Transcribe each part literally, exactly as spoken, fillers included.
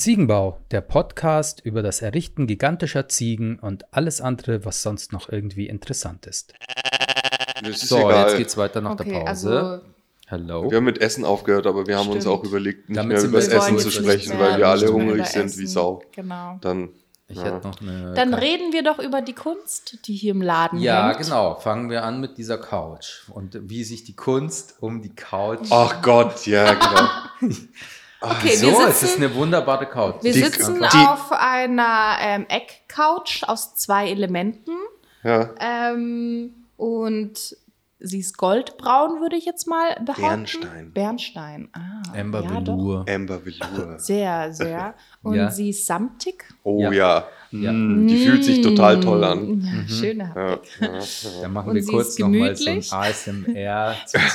Ziegenbau, der Podcast über das Errichten gigantischer Ziegen und alles andere, was sonst noch irgendwie interessant ist. Das ist So, egal. jetzt geht's weiter nach Okay, der Pause. also Hallo. Wir haben mit Essen aufgehört, aber wir haben Stimmt. uns auch überlegt, nicht Damit mehr sind über das wir- wir Essen wollen zu jetzt sprechen, nicht weil mehr- wir alle nicht mehr hungrig über sind Essen. wie Sau. Genau. Dann, Ich ja. hätte noch eine... Dann Ka- reden wir doch über die Kunst, die hier im Laden Ja, hängt. genau. Fangen wir an mit dieser Couch und wie sich die Kunst um die Couch... Ach Gott, ja, genau. Okay, so, wir sitzen, es ist eine wunderbare Couch. wir die- sitzen die- auf einer ähm, Eckcouch aus zwei Elementen. Ja. Ähm, und sie ist goldbraun, würde ich jetzt mal behaupten. Bernstein. Bernstein. Ah, Amber ja, doch. Velour. Amber Velour. Sehr, sehr. Und Ja. sie ist samtig. Oh Ja. ja, Ja. Mm, die fühlt sich total toll an. Ja, schöne Ja, Haptik. ja, ja. Dann machen Und wir sie kurz ist nochmal so ein gemütlich. A S M R. So, so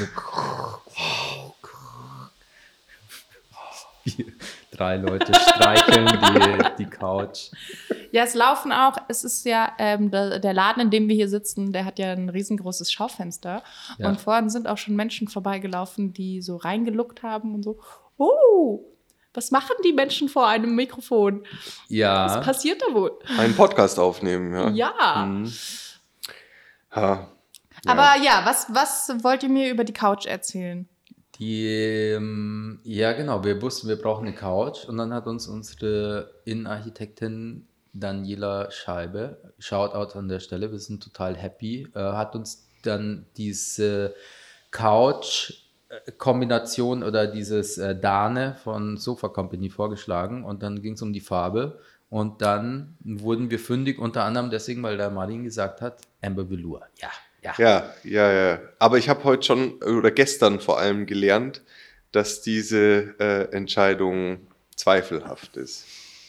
Wie drei Leute streicheln die, die Couch. Ja, es laufen auch, es ist ja, ähm, der, der Laden, in dem wir hier sitzen, der hat ja ein riesengroßes Schaufenster. Ja. Und vorhin sind auch schon Menschen vorbeigelaufen, die so reingeluckt haben und so, oh, was machen die Menschen vor einem Mikrofon? Was Ja, passiert da wohl? Einen Podcast aufnehmen, ja. Ja. Mhm. Ja. Aber ja, was, was wollt ihr mir über die Couch erzählen? die, ähm, ja genau, wir wussten, wir brauchen eine Couch und dann hat uns unsere Innenarchitektin Daniela Scheibe, Shoutout an der Stelle, wir sind total happy, äh, hat uns dann diese Couch-Kombination oder dieses äh, Dane von Sofa Company vorgeschlagen und dann ging es um die Farbe und dann wurden wir fündig, unter anderem deswegen, weil der Martin gesagt hat, Amber Velour, ja, ja. Ja, ja, ja. Aber ich habe heute schon oder gestern vor allem gelernt, dass diese äh, Entscheidung zweifelhaft ist.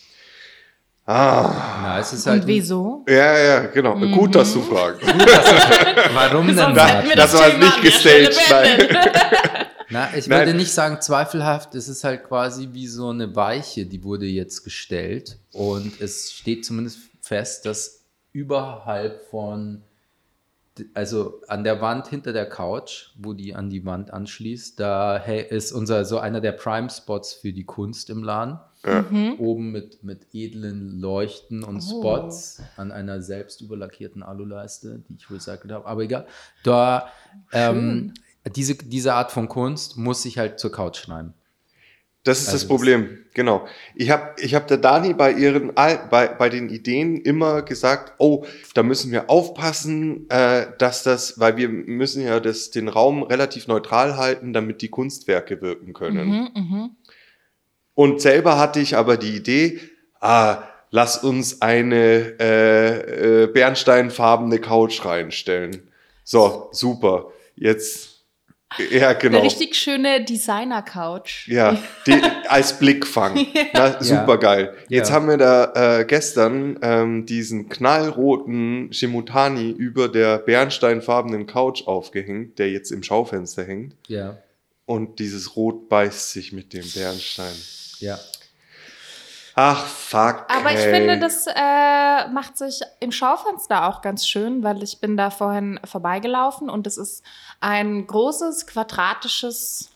Ah. Na, es ist halt Und wieso? Ja, ja, genau. Gut, dass du fragst. Warum denn? Sonst Martin? hätten wir das das, war Thema nicht an der Stelle gestaged, nein. beendet. Na, ich Nein. würde nicht sagen zweifelhaft, es ist halt quasi wie so eine Weiche, die wurde jetzt gestellt und es steht zumindest fest, dass überhalb von, also an der Wand hinter der Couch, wo die an die Wand anschließt, da hey, ist unser so einer der Prime-Spots für die Kunst im Laden. Oben mit, mit edlen Leuchten und Spots an einer selbst überlackierten Aluleiste, die ich recycelt habe, aber egal. Da, ähm, diese, diese Art von Kunst muss sich halt zur Couch schneiden. Das ist Also das Problem, genau. Ich habe ich hab der Dani bei ihren Al- bei, bei den Ideen immer gesagt, oh, da müssen wir aufpassen, äh, dass das, weil wir müssen ja das, den Raum relativ neutral halten, damit die Kunstwerke wirken können. Mhm, mhm. Und selber hatte ich aber die Idee, ah, lass uns eine äh, äh, bernsteinfarbene Couch reinstellen. So, super. Jetzt, ja, genau. Eine richtig schöne Designer-Couch. Ja, die, als Blickfang. Na, super geil. Jetzt Ja. haben wir da äh, gestern ähm, diesen knallroten Shimutani über der bernsteinfarbenen Couch aufgehängt, der jetzt im Schaufenster hängt. Ja, Und dieses Rot beißt sich mit dem Bernstein. ja. Ach, fuck. Aber ich ey. finde, das äh, macht sich im Schaufenster auch ganz schön, weil ich bin da vorhin vorbeigelaufen und es ist ein großes, quadratisches,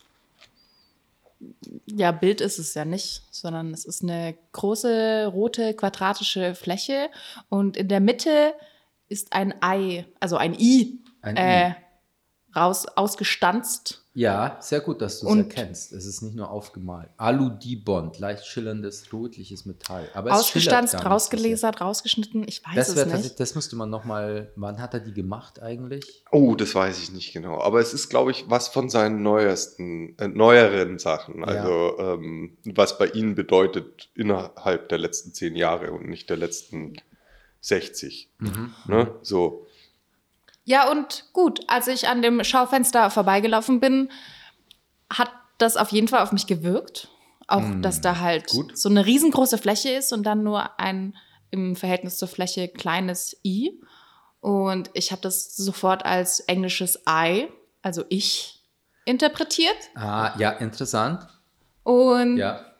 ja, Bild ist es ja nicht, sondern es ist eine große, rote, quadratische Fläche und in der Mitte ist ein Ei, also ein I, Ein äh, I. raus, ausgestanzt. Ja, sehr gut, dass du es Und- erkennst. Es ist nicht nur aufgemalt. Alu-Dibond, leicht schillerndes, rotliches Metall. Aber es Ausgestanzt, schillert gar nicht so sehr. rausgelesert, rausgeschnitten, ich weiß Das, es wär nicht. tatsächlich- das müsste man nochmal, wann hat er die gemacht eigentlich? Oh, das weiß ich nicht genau. Aber es ist, glaube ich, was von seinen neuesten, äh, neueren Sachen. Also, ähm, was bei ihnen bedeutet innerhalb der letzten zehn Jahre und nicht der letzten sechzig. Ne? So. Ja, und gut, als ich an dem Schaufenster vorbeigelaufen bin, hat das auf jeden Fall auf mich gewirkt. Auch, dass da halt gut. so eine riesengroße Fläche ist und dann nur ein im Verhältnis zur Fläche kleines I. Und ich habe das sofort als englisches I, also ich, interpretiert. Ah, ja, interessant. Und Ja.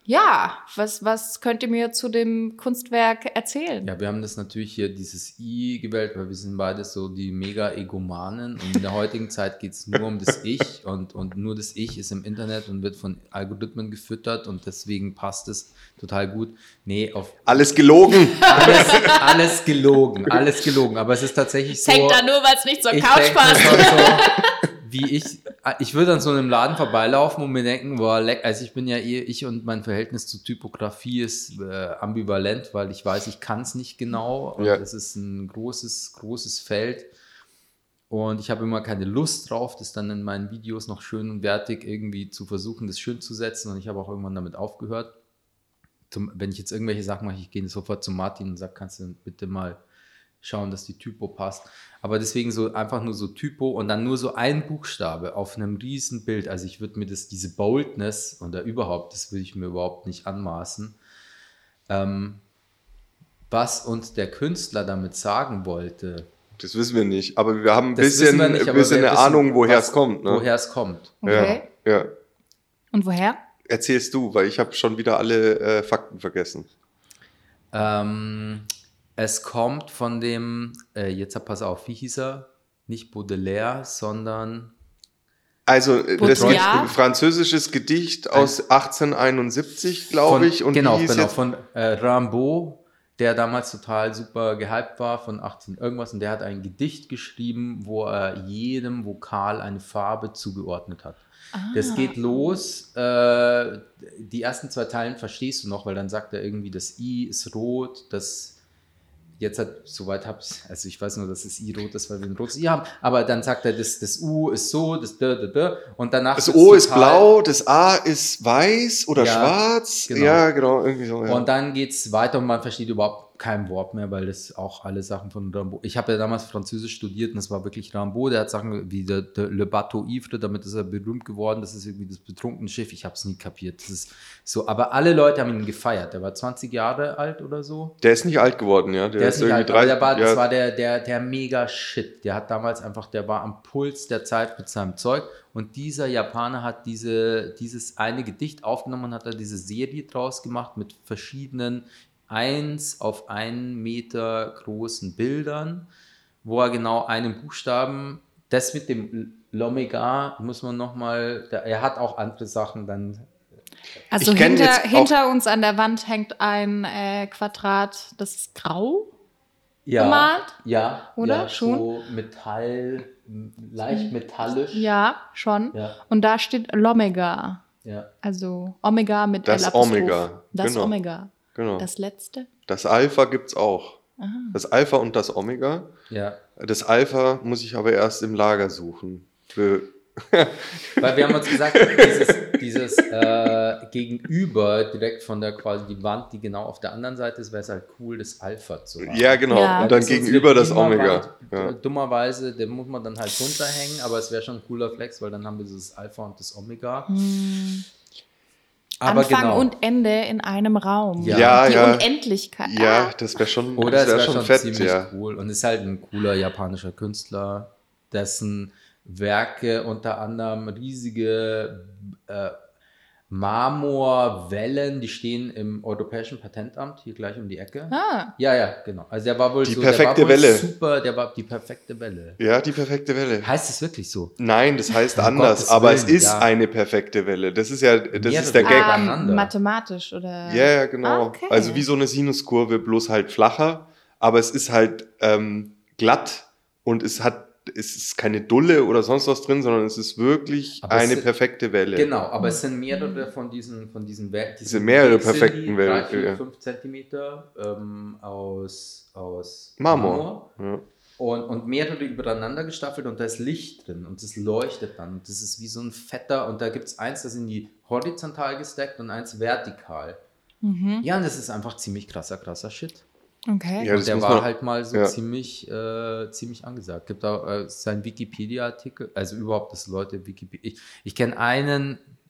Ja, was, was könnt ihr mir zu dem Kunstwerk erzählen? Ja, wir haben das natürlich hier dieses I gewählt, weil wir sind beide so die Mega-Egomanen und in der heutigen Zeit geht es nur um das Ich und, und nur das Ich ist im Internet und wird von Algorithmen gefüttert und deswegen passt es total gut. Nee, auf Alles gelogen. alles, alles gelogen, alles gelogen, aber es ist tatsächlich so... Hängt da nur, weil es nicht zur ich Couch denk mir passt. schon so, wie ich, ich würde an so einem Laden vorbeilaufen und mir denken, boah, leck, also ich bin ja eh, ich und mein Verhältnis zur Typografie ist äh, ambivalent, weil ich weiß, ich kann es nicht genau und Ja. es ist ein großes, großes Feld und ich habe immer keine Lust drauf, das dann in meinen Videos noch schön und wertig irgendwie zu versuchen, das schön zu setzen und ich habe auch irgendwann damit aufgehört. Zum, wenn ich jetzt irgendwelche Sachen mache, ich gehe sofort zu Martin und sage, kannst du bitte mal schauen, dass die Typo passt. Aber deswegen so einfach nur so Typo und dann nur so ein Buchstabe auf einem riesen Bild. Also ich würde mir das, diese Boldness oder überhaupt, das würde ich mir überhaupt nicht anmaßen. Ähm, was uns der Künstler damit sagen wollte, Das wissen wir nicht, aber wir haben ein das bisschen, wissen wir nicht, ein aber bisschen wir eine wissen, Ahnung, woher was- es kommt. Ne? woher es kommt. Okay. Ja, ja. Und woher? Erzählst du, weil ich habe schon wieder alle äh, Fakten vergessen. Ähm, es kommt von dem, äh, jetzt pass auf, wie hieß er? Nicht Baudelaire, sondern Also, äh, das ist Baudrillard? ein französisches Gedicht aus achtzehnhunderteinundsiebzig, glaube von, ich. Und genau, wie hieß genau, jetzt? von äh, Rimbaud, der damals total super gehypt war, von achtzehn irgendwas. Und der hat ein Gedicht geschrieben, wo er jedem Vokal eine Farbe zugeordnet hat. Das geht los, äh, die ersten zwei Zeilen verstehst du noch, weil dann sagt er irgendwie, das I ist rot, das jetzt hat, soweit hab's, also ich weiß nur, dass das I rot ist, weil wir ein rotes I haben, aber dann sagt er, das, das U ist so, das D, D, D und danach Das wird's O ist total- blau, das A ist weiß oder Ja, schwarz. genau. Ja, genau, irgendwie so. Ja. Und dann geht es weiter und man versteht überhaupt kein Wort mehr, weil das auch alle Sachen von Rimbaud. Ich habe ja damals Französisch studiert und das war wirklich Rimbaud. Der hat Sachen wie der, der Le Bateau Ivre, damit ist er berühmt geworden. Das ist irgendwie das betrunkene Schiff. Ich habe es nie kapiert. Das ist so, aber alle Leute haben ihn gefeiert. Der war zwanzig Jahre alt oder so. Der ist nicht alt geworden, ja. Der, Der ist nicht alt, aber drei- der war, das ja, war der, der, der mega Shit. Der hat damals einfach, der war am Puls der Zeit mit seinem Zeug. Und dieser Japaner hat diese, dieses eine Gedicht aufgenommen und hat da diese Serie draus gemacht mit verschiedenen eins auf einen Meter großen Bildern, wo er genau einen Buchstaben, das mit dem L'Omega muss man nochmal, er hat auch andere Sachen dann. Also Ich kenn hinter, jetzt auch- hinter uns an der Wand hängt ein äh, Quadrat, das ist grau. Ja, Gemalt? ja, Oder? ja, Schon? so Metall, m- leicht metallisch. Ja, schon. Ja, Und da steht L'Omega. ja. Also Omega mit Das L-Apostroph. Omega, Das genau. Omega. genau. Das letzte. Das Alpha gibt's auch. Aha. Das Alpha und das Omega. Ja, Das Alpha muss ich aber erst im Lager suchen. Für weil wir haben uns gesagt, dieses, dieses äh, Gegenüber direkt von der quasi die Wand, die genau auf der anderen Seite ist, wäre es halt cool, das Alpha zu haben. ja, genau. Ja. Und dann Das ist unsere gegenüber das Beamerwand. Omega. Ja. Dummerweise, den muss man dann halt runterhängen, aber es wäre schon ein cooler Flex, weil dann haben wir dieses Alpha und das Omega. Hm. Aber Anfang genau. und Ende in einem Raum. Ja. Ja, Die ja. Unendlichkeit. Ja, das wäre schon, Oder das es wär wäre schon, schon, fett, ziemlich ja. cool. Und ist halt ein cooler japanischer Künstler, dessen Werke unter anderem riesige äh, Marmorwellen, die stehen im Europäischen Patentamt, hier gleich um die Ecke. Ah, Ja, ja, genau. Also der war wohl Die so, perfekte der war wohl Welle. super, der war die perfekte Welle. Ja, die perfekte Welle. Heißt es wirklich so? Nein, das heißt Um anders, Gottes aber es Willen, ist ja. eine perfekte Welle. Das ist ja, das Mehrere. ist der Gag. ah Gegeneinander. mathematisch oder? Ja, ja, genau. Ah, okay. Also wie so eine Sinuskurve, bloß halt flacher, aber es ist halt ähm, glatt und es hat, es ist keine Dulle oder sonst was drin, sondern es ist wirklich Aber es eine sind- perfekte Welle. Genau, aber es sind mehrere von diesen, von diesen Wellen. Es sind mehrere perfekten Wellen, Wellen. drei, vier, ja. fünf Zentimeter ähm, aus, aus Marmor. Ja. Und, und mehrere übereinander gestaffelt und da ist Licht drin und das leuchtet dann. Und das ist wie so ein fetter, und da gibt es eins, das sind die horizontal gesteckt und eins vertikal. Mhm. Ja, und das ist einfach ziemlich krasser, krasser Shit. Okay. Ja, Und das der muss war man- halt mal so ja. ziemlich, äh, ziemlich angesagt. Gibt auch äh, sein Wikipedia-Artikel, also überhaupt, dass Leute Wikipedia. Ich, ich kenne einen,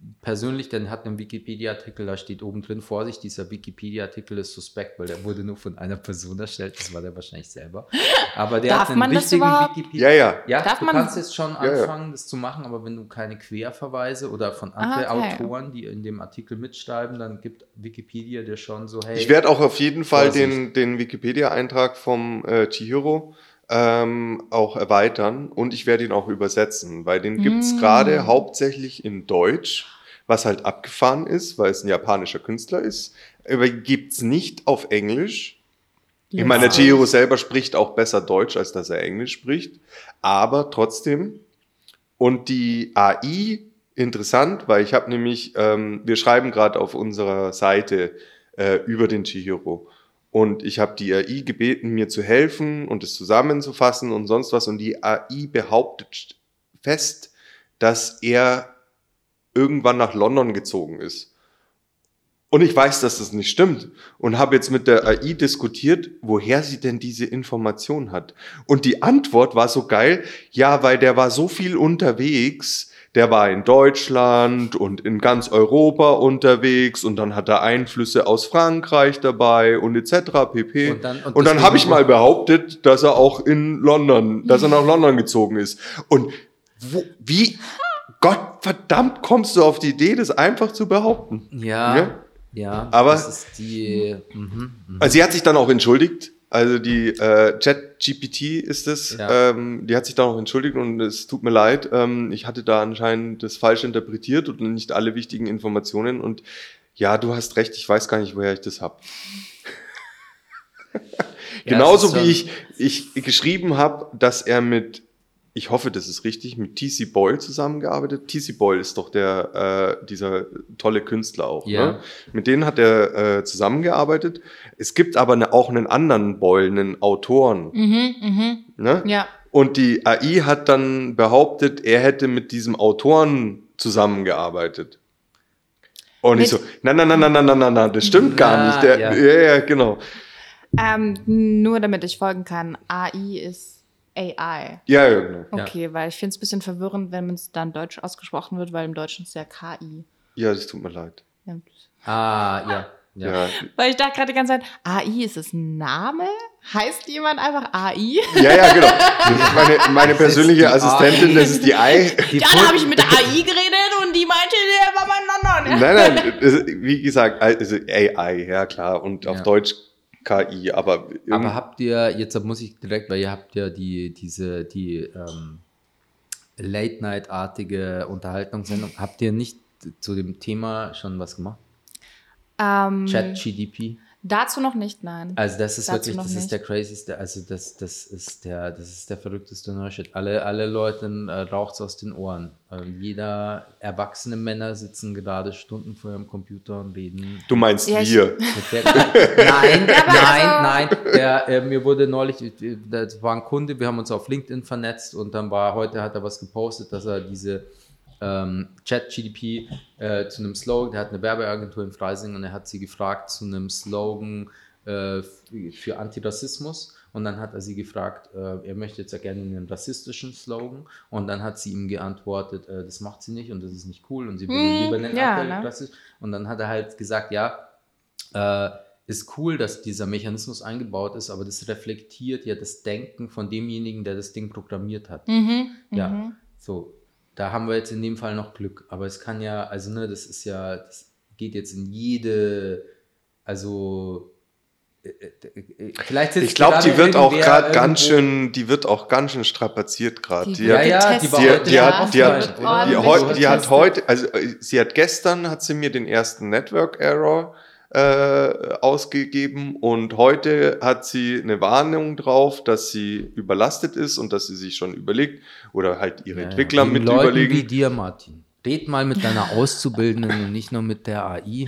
persönlich, der hat einen Wikipedia-Artikel, da steht oben drin, Vorsicht, dieser Wikipedia-Artikel ist suspekt, weil der wurde nur von einer Person erstellt, das war der wahrscheinlich selber. Aber der Darf hat einen man das richtigen überhaupt? Wikipedia. Ja, ja. Ja, Darf du man- kannst jetzt schon Ja, ja. anfangen, das zu machen, aber wenn du keine Querverweise oder von anderen Ah, okay. Autoren, die in dem Artikel mitschreiben, dann gibt Wikipedia dir schon so, hey, Ich werde auch auf jeden Fall Vorsicht. den, den Wikipedia-Eintrag vom äh, Chihiro ähm, auch erweitern und ich werde ihn auch übersetzen, weil den gibt es Mm. gerade hauptsächlich in Deutsch, was halt abgefahren ist, weil es ein japanischer Künstler ist. Aber gibt es nicht auf Englisch. Ich meine, der Lustig. Chihiro selber spricht auch besser Deutsch, als dass er Englisch spricht. Aber trotzdem. Und die A I, interessant, weil ich habe nämlich, ähm, wir schreiben gerade auf unserer Seite äh, über den Chihiro. Und ich habe die A I gebeten, mir zu helfen und es zusammenzufassen und sonst was. Und die A I behauptet fest, dass er irgendwann nach London gezogen ist. Und ich weiß, dass das nicht stimmt. Und habe jetzt mit der A I diskutiert, woher sie denn diese Information hat. Und die Antwort war so geil, ja, weil der war so viel unterwegs, der war in Deutschland und in ganz Europa unterwegs und dann hat er Einflüsse aus Frankreich dabei und et cetera pp. Und dann- und und dann deswegen- habe ich mal behauptet, dass er auch in London, dass er nach London gezogen ist. Und wo, wie, Gott verdammt, kommst du auf die Idee, das einfach zu behaupten? ja, Ja. ja, Aber- das ist die, mhm, mhm. Also sie hat sich dann auch entschuldigt. Also die äh, ChatGPT ist es. Ja. Ähm, die hat sich dann auch entschuldigt und es tut mir leid. Ähm, ich hatte da anscheinend das falsch interpretiert und nicht alle wichtigen Informationen. Und ja, du hast recht. Ich weiß gar nicht, woher ich das hab. Genauso es ist wie schon- ich, ich geschrieben habe, dass er mit, ich hoffe, das ist richtig, mit T C Boyle zusammengearbeitet. T C Boyle ist doch der äh, dieser tolle Künstler auch. Ja. Ne? Mit denen hat er äh, zusammengearbeitet. Es gibt aber ne, auch einen anderen Boyle, einen Autoren. Mhm, mhm. Ne? Ja. Und die A I hat dann behauptet, er hätte mit diesem Autoren zusammengearbeitet. Und ich so, Mit- nein, nein, nein, nein, nein, nein, nein, nein, das stimmt gar Na, nicht. Der, ja. ja, ja, genau. Ähm, nur damit ich folgen kann, A I ist A I. Ja, ja, genau. Ja. Okay, weil ich finde es ein bisschen verwirrend, wenn es dann Deutsch ausgesprochen wird, weil im Deutschen ist ja K I. Ja, das tut mir leid. Ja. Ah, ja, ja. Ja, Weil ich dachte gerade die ganze Zeit, A I, ist es ein Name? Heißt jemand einfach A I? ja, ja, genau. Das ist meine, meine persönliche die Assistentin, das ist die Ei. Die Ja, da habe ich mit der A I geredet und die meinte, der war mein Nonnon. Nein, nein, das ist, wie gesagt, also A I, ja klar, und auf Ja. Deutsch K I, aber, Aber habt ihr, jetzt muss ich direkt, weil ihr habt ja die, diese, die ähm, Late-Night-artige Unterhaltungssendung, habt ihr nicht zu dem Thema schon was gemacht? Ähm, ChatGDP? dazu noch nicht, nein. Also das ist Dazu wirklich, noch das nicht. ist der crazyste, also das, das ist der, das ist der verrückteste Neushit. Alle, alle Leute äh, raucht's aus den Ohren. Ähm, jeder, erwachsene Männer sitzen gerade Stunden vor ihrem Computer und reden du meinst Ja, ich- wir. mit der, nein, aber nein, also- nein. Der, äh, mir wurde neulich, das war ein Kunde, wir haben uns auf LinkedIn vernetzt und dann war, heute hat er was gepostet, dass er diese ähm, ChatGDP äh, zu einem Slogan, der hat eine Werbeagentur in Freising und er hat sie gefragt zu einem Slogan äh, f- für Antirassismus und dann hat er sie gefragt, äh, er möchte jetzt ja gerne einen rassistischen Slogan und dann hat sie ihm geantwortet, äh, das macht sie nicht und das ist nicht cool und sie würde Hm, lieber einen ja, Antirassist und dann hat er halt gesagt, ja, äh, ist cool, dass dieser Mechanismus eingebaut ist, aber das reflektiert ja das Denken von demjenigen, der das Ding programmiert hat. Mhm, Ja, mhm. so, da haben wir jetzt in dem Fall noch Glück, aber es kann ja, also ne, das ist ja, das geht jetzt in jede, also äh, äh, äh, vielleicht sitzt Ich glaube, die gerade wird auch irgendwer gerade ganz irgendwo- schön, die wird auch ganz schön strapaziert gerade. Die Die, wird hat, ja, ja, die getestet. war die, heute die, ja hat, die, hat, offline, die, oder? die, ordentlich heu- die hat getestet. heute, also äh, sie hat gestern hat sie mir den ersten Network Error äh, ausgegeben und heute hat sie eine Warnung drauf, dass sie überlastet ist und dass sie sich schon überlegt oder halt ihre Ja, ja. Entwickler Wegen mit Leuten überlegen. wie dir, Martin. Red mal mit deiner Auszubildenden und nicht nur mit der A I.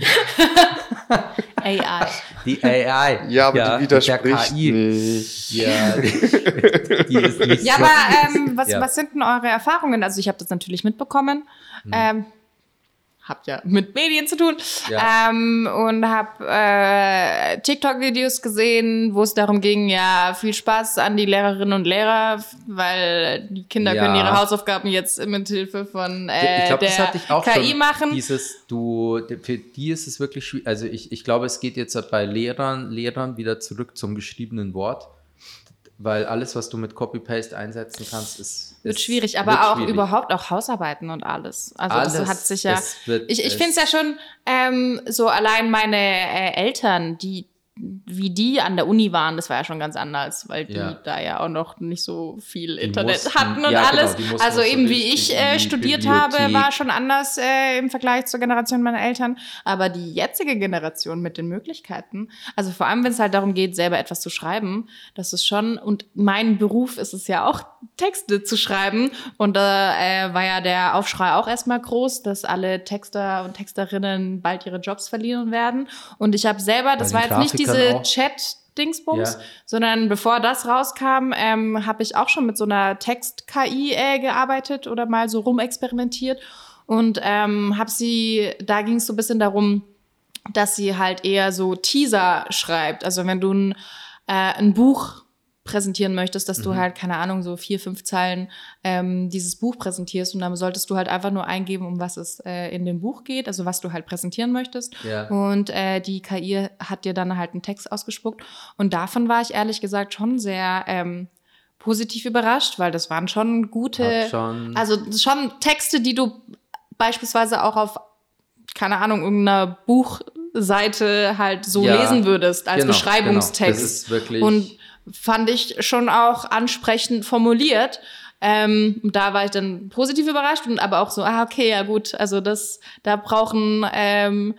A I. Die A I. Ja, aber die mit der widerspricht K I. nicht. Ja, die, die ist nicht Ja, so. aber ähm, was, Ja. was sind denn eure Erfahrungen? Also ich habe das natürlich mitbekommen. Hm. Ähm, habt ja mit Medien zu tun, Ja. ähm, und habe äh, TikTok-Videos gesehen, wo es darum ging, ja, viel Spaß an die Lehrerinnen und Lehrer, weil die Kinder Ja. können ihre Hausaufgaben jetzt mit Hilfe von äh, ich glaube, der das hatte ich auch K I schon. machen. Dieses, du, für die ist es wirklich schwierig. Also ich, ich glaube, es geht jetzt bei Lehrern, Lehrern wieder zurück zum geschriebenen Wort, weil alles, was du mit Copy-Paste einsetzen kannst, ist Wird ist, schwierig, aber wird auch schwierig. überhaupt auch Hausarbeiten und alles. Also Alles, das hat sich ja. es wird- Ich, ich es- finde es ja schon ähm, so allein meine äh, Eltern, die wie die an der Uni waren, das war ja schon ganz anders, weil die Ja. da ja auch noch nicht so viel Die Internet mussten- hatten und ja, genau, alles. die mussten Also noch so eben wie richtig ich äh, in die studiert habe, Bibliothek. war schon anders äh, im Vergleich zur Generation meiner Eltern. Aber die jetzige Generation mit den Möglichkeiten, also vor allem, wenn es halt darum geht, selber etwas zu schreiben, das ist schon, und mein Beruf ist es ja auch, Texte zu schreiben. Und da äh, war ja der Aufschrei auch erstmal groß, dass alle Texter und Texterinnen bald ihre Jobs verlieren werden. Und ich habe selber, das Bei war den jetzt nicht Grafikern diese auch. Chat-Dingsbums, Ja. sondern bevor das rauskam, ähm, habe ich auch schon mit so einer Text-K I äh, gearbeitet oder mal so rumexperimentiert. Und ähm, habe sie, da ging es so ein bisschen darum, dass sie halt eher so Teaser schreibt. Also wenn du ein, äh, ein Buch präsentieren möchtest, dass du halt, keine Ahnung, so vier, fünf Zeilen ähm, dieses Buch präsentierst und dann solltest du halt einfach nur eingeben, um was es äh, in dem Buch geht, also was du halt präsentieren möchtest. Ja. Und äh, die K I hat dir dann halt einen Text ausgespuckt und davon war ich ehrlich gesagt schon sehr ähm, positiv überrascht, weil das waren schon gute, Hat schon- also schon Texte, die du beispielsweise auch auf, keine Ahnung, irgendeiner Buchseite halt so Ja, lesen würdest als genau, Beschreibungstext. genau. Das ist wirklich- Und fand ich schon auch ansprechend formuliert. Ähm, da war ich dann positiv überrascht und aber auch so, ah, okay, ja gut, also das, da brauchen ähm,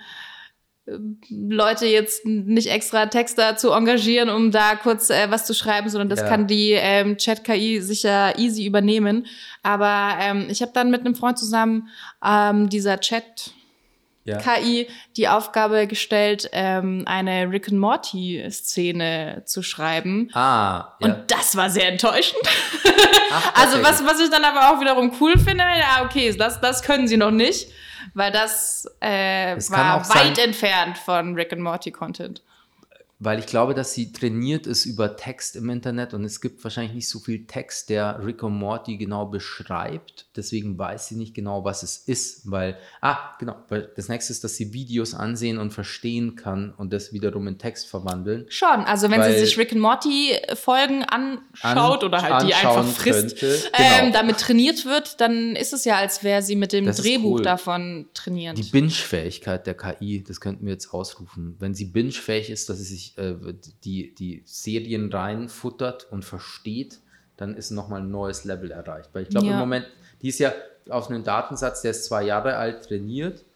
Leute jetzt nicht extra Texter zu engagieren, um da kurz äh, was zu schreiben, sondern das Ja. kann die ähm, Chat-K I sicher easy übernehmen. Aber ähm, ich habe dann mit einem Freund zusammen ähm, dieser Chat Ja. K I die Aufgabe gestellt, ähm, eine Rick and Morty-Szene zu schreiben. Ah, ja. Und das war sehr enttäuschend. Ach, Also was, tatsächlich. was ich dann aber auch wiederum cool finde, ja, okay, das, das können sie noch nicht, weil das äh, Es kann war auch sein- weit entfernt von Rick and Morty-Content. Weil ich glaube, dass sie trainiert ist über Text im Internet und es gibt wahrscheinlich nicht so viel Text, der Rick und Morty genau beschreibt. Deswegen weiß sie nicht genau, was es ist, weil, ah, genau, weil das nächste ist, dass sie Videos ansehen und verstehen kann und das wiederum in Text verwandeln. Schon, also wenn Weil- sie sich Rick and Morty-Folgen anschaut An- oder halt die einfach anschauen frisst, könnte, ähm, genau. damit trainiert wird, dann ist es ja, als wäre sie mit dem Das ist Drehbuch cool. davon trainiert. Die Binge-Fähigkeit der K I, das könnten wir jetzt ausrufen. Wenn sie binge-fähig ist, dass sie sich äh, die, die Serien reinfuttert und versteht, dann ist nochmal ein neues Level erreicht. Weil ich glaube, Ja. im Moment, die ist ja auf einen Datensatz, der ist zwei Jahre alt, trainiert,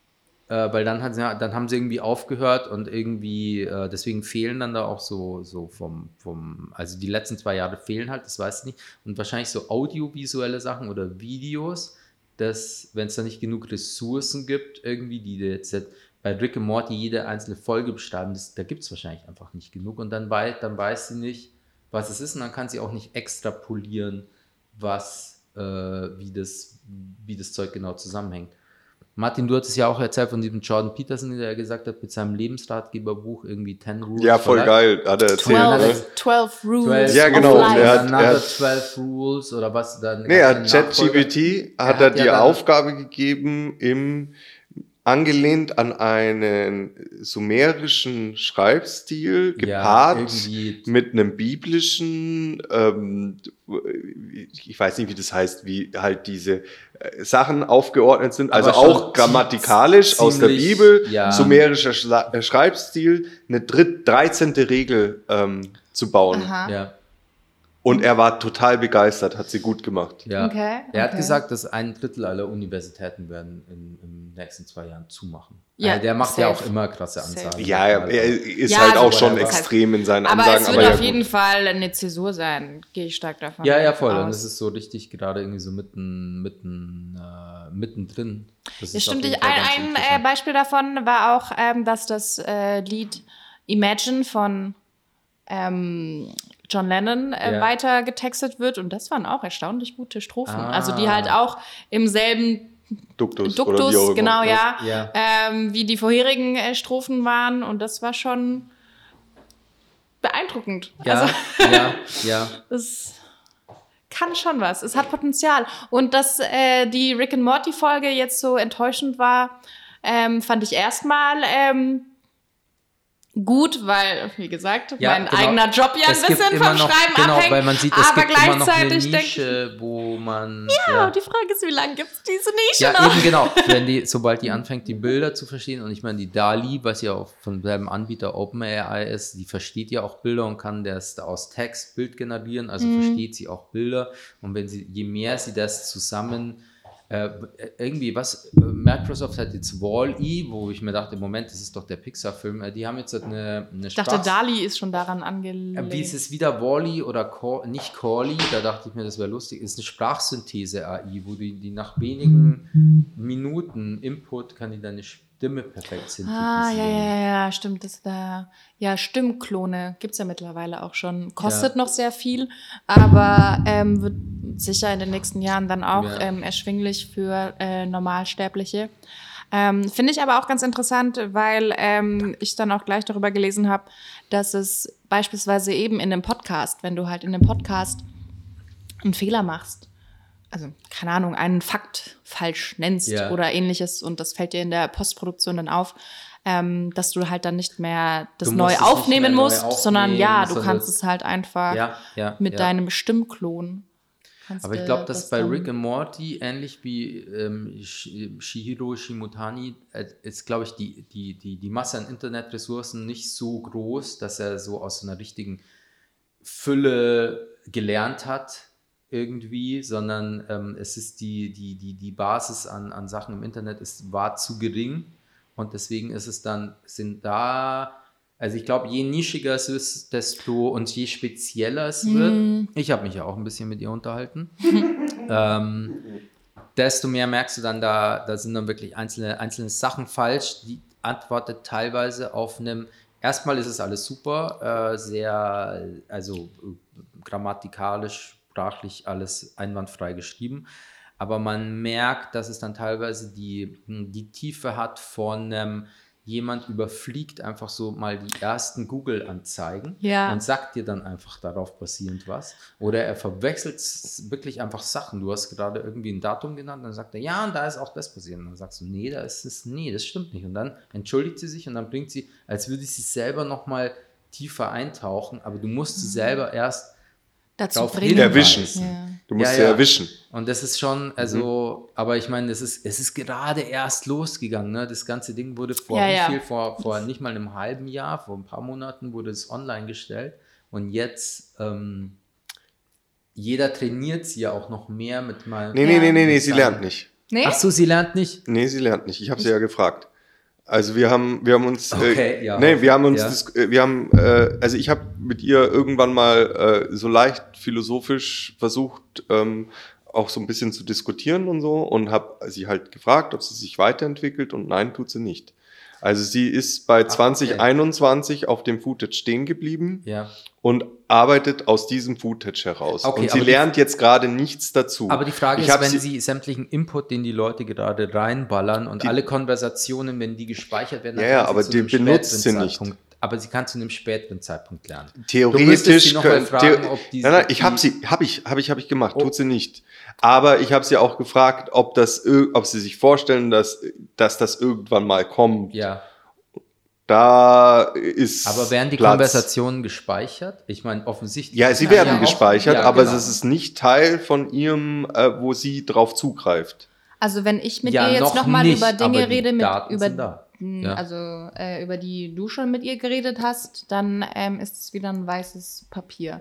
äh, weil dann, hat sie, dann haben sie irgendwie aufgehört und irgendwie, äh, deswegen fehlen dann da auch so, so vom, vom, also die letzten zwei Jahre fehlen halt, das weiß ich nicht. Und wahrscheinlich so audiovisuelle Sachen oder Videos, dass, wenn es da nicht genug Ressourcen gibt, irgendwie, die jetzt bei Rick and Morty jede einzelne Folge beschreiben, das, da gibt es wahrscheinlich einfach nicht genug und dann, wei dann weiß sie nicht, was es ist und dann kann sie auch nicht extrapolieren, was, äh, wie, das, wie das Zeug genau zusammenhängt. Martin, du hattest ja auch erzählt von diesem Jordan Peterson, der gesagt hat, mit seinem Lebensratgeberbuch irgendwie ten Rules Ja, for voll Life. geil, hat er erzählt. Ja, Ne? zwölf, zwölf Rules Ja, of genau, Life. der hat- Another er hat- zwölf Rules oder was dann. Nee, er den hat Nachfolger. ChatGPT Er hat hat er ja die dann- Aufgabe gegeben, im angelehnt an einen sumerischen Schreibstil, Ja, gepaart irgendwie- mit einem biblischen, ähm, ich weiß nicht, wie das heißt, wie halt diese äh, Sachen aufgeordnet sind, also Aber schon auch grammatikalisch aus der ziemlich, Bibel, ja. sumerischer Schla äh, Schreibstil, eine dritt, dreizehnte Regel ähm, zu bauen. Aha. Ja, Und er war total begeistert, hat sie gut gemacht. ja. Okay, Er hat okay. gesagt, dass ein Drittel aller Universitäten werden in, in den nächsten zwei Jahren zumachen. Ja, Ja, der macht ja safe. auch immer krasse Safe. Ansagen. Ja, er, er ist Ja, halt also auch schon whatever. extrem in seinen Aber Ansagen. es wird aber ja, auf gut. jeden Fall eine Zäsur sein, gehe ich stark davon Ja, ja, voll. aus. Und es ist so richtig gerade irgendwie so mitten, mitten, äh, mittendrin. Das Ja, ist stimmt. auf jeden Ich, Fall ein ganz ein äh, interessant. Beispiel davon war auch, ähm, dass das äh, Lied Imagine von ähm, John Lennon äh, Ja. weiter getextet wird und das waren auch erstaunlich gute Strophen. Ah. Also die halt auch im selben Duktus, Duktus, oder wie auch immer. genau, ja, Ja. Ähm, wie die vorherigen äh, Strophen waren. Und das war schon beeindruckend. Ja, Also, ja, ja. das kann schon was. Es hat Potenzial. Und dass äh, die Rick and Morty-Folge jetzt so enttäuschend war, ähm, fand ich erstmal ähm, gut, weil, wie gesagt, Ja, mein genau. eigener Job ja ein Es gibt bisschen immer vom noch, Schreiben genau, abhängt. weil man sieht, es aber gibt immer noch eine gleichzeitig denke ich, Nische, wo man... ja, und die Frage ist, wie lange gibt es diese Nische Ja, noch? eben genau. Wenn die, sobald die anfängt, die Bilder zu verstehen, und ich meine, die DALL-E, was ja auch von seinem Anbieter OpenAI ist, die versteht ja auch Bilder und kann das aus Text Bild generieren, also Mhm. versteht sie auch Bilder. Und wenn sie, je mehr sie das zusammen äh, irgendwie, was, äh, Microsoft hat jetzt Wall-E, wo ich mir dachte, Moment, das ist doch der Pixar-Film, äh, die haben jetzt eine, eine Ich dachte, DALL-E ist schon daran angelegt. Wie ist es wieder Wall-E oder Call, nicht Call-E, da dachte ich mir, das wäre lustig, ist eine Sprachsynthese-A I, wo die, die nach wenigen Minuten Input kann die deine Stimme perfekt synthetisieren. Ah, ja, ja, ja, stimmt. Das da, ja, Stimmklone gibt es ja mittlerweile auch schon. Kostet Ja. noch sehr viel, aber ähm, wird sicher in den nächsten Jahren dann auch Ja. ähm, erschwinglich für äh, Normalsterbliche. Ähm, Finde ich aber auch ganz interessant, weil ähm, ich dann auch gleich darüber gelesen habe, dass es beispielsweise eben in einem Podcast, wenn du halt in einem Podcast einen Fehler machst, also keine Ahnung, einen Fakt falsch nennst Ja. oder ähnliches und das fällt dir in der Postproduktion dann auf, ähm, dass du halt dann nicht mehr das Du neu musst es nicht aufnehmen mehr neu musst, sondern aufnehmen, ja, du sondern- kannst es halt einfach Ja, ja, mit ja. deinem Stimmklon. kannst Aber ich du glaube, dass das bei dann- Rick and Morty, ähnlich wie ähm, Sh- Shihiro Shimutani, äh, ist, glaube ich, die, die, die, die Masse an Internetressourcen nicht so groß, dass er so aus einer richtigen Fülle gelernt hat irgendwie, sondern ähm, es ist die, die, die, die Basis an, an Sachen im Internet ist, war zu gering und deswegen ist es dann, sind da, also ich glaube, je nischiger es ist, desto und je spezieller es wird, ich habe mich ja auch ein bisschen mit ihr unterhalten, ähm, desto mehr merkst du dann, da, da sind dann wirklich einzelne, einzelne Sachen falsch, die antwortet teilweise auf einem, erstmal ist es alles super, äh, sehr, also äh, grammatikalisch, sprachlich alles einwandfrei geschrieben, aber man merkt, dass es dann teilweise die, die Tiefe hat von ähm, jemand überfliegt einfach so mal die ersten Google-Anzeigen Ja. und sagt dir dann einfach darauf basierend was. Oder er verwechselt wirklich einfach Sachen. Du hast gerade irgendwie ein Datum genannt, dann sagt er, ja, und da ist auch das passiert. Und dann sagst du, nee, da ist es, nee, das stimmt nicht. Und dann entschuldigt sie sich und dann bringt sie, als würde sie selber nochmal tiefer eintauchen, aber du musst sie selber erst dazu drauf bringen. Erwischen. Ja. Du musst Ja, sie ja. erwischen. Und das ist schon, also, aber ich meine, es ist, es ist gerade erst losgegangen, ne? Das ganze Ding wurde vor Ja, wie ja. viel, vor, vor nicht mal einem halben Jahr, vor ein paar Monaten wurde es online gestellt. Und jetzt, ähm, jeder trainiert sie ja auch noch mehr mit mal. Nee, nee, Ja. nee, nee, nee, mit sie seinen- lernt nicht. Nee? Ach so, sie lernt nicht. Nee, sie lernt nicht. Ich habe sie ja gefragt. Also wir haben, wir haben uns, Okay, äh, ja. nee, wir haben uns, Ja. dis- äh, wir haben, äh, also ich habe mit ihr irgendwann mal äh, so leicht philosophisch versucht, ähm, auch so ein bisschen zu diskutieren und so und habe sie halt gefragt, ob sie sich weiterentwickelt und nein, tut sie nicht. Also sie ist bei okay. zwanzig einundzwanzig auf dem Footage stehen geblieben Ja. und arbeitet aus diesem Footage heraus. Okay, und sie aber die- lernt jetzt gerade nichts dazu. Aber die Frage Ich ist, hab wenn sie- sie sämtlichen Input, den die Leute gerade reinballern und Die- alle Konversationen, wenn die gespeichert werden, Ja, dann ja, kann sie aber zu die einem benutzt sie späteren nicht. Zeitpunkt- Aber sie kann zu einem späteren Zeitpunkt lernen. Du müsstest Theoretisch sie noch mal können, fragen, Theo- ob die- nein, nein, ob ich die- habe sie, habe ich, habe ich, habe ich gemacht, Oh. tut sie nicht. Aber ich habe sie auch gefragt, ob das, ir- ob sie sich vorstellen, dass, dass das irgendwann mal kommt. Ja. Da ist. Aber werden die Platz. Konversationen gespeichert? Ich meine, offensichtlich. Ja, sie kann werden ja auch- gespeichert, ja, aber genau. es ist nicht Teil von ihrem, äh, wo sie drauf zugreift. Also wenn ich mit Ja, ihr jetzt noch nochmal nicht, über Dinge aber die rede, mit, Daten über, sind da. mh, Ja. also äh, über die du schon mit ihr geredet hast, dann ähm, ist es wieder ein weißes Papier.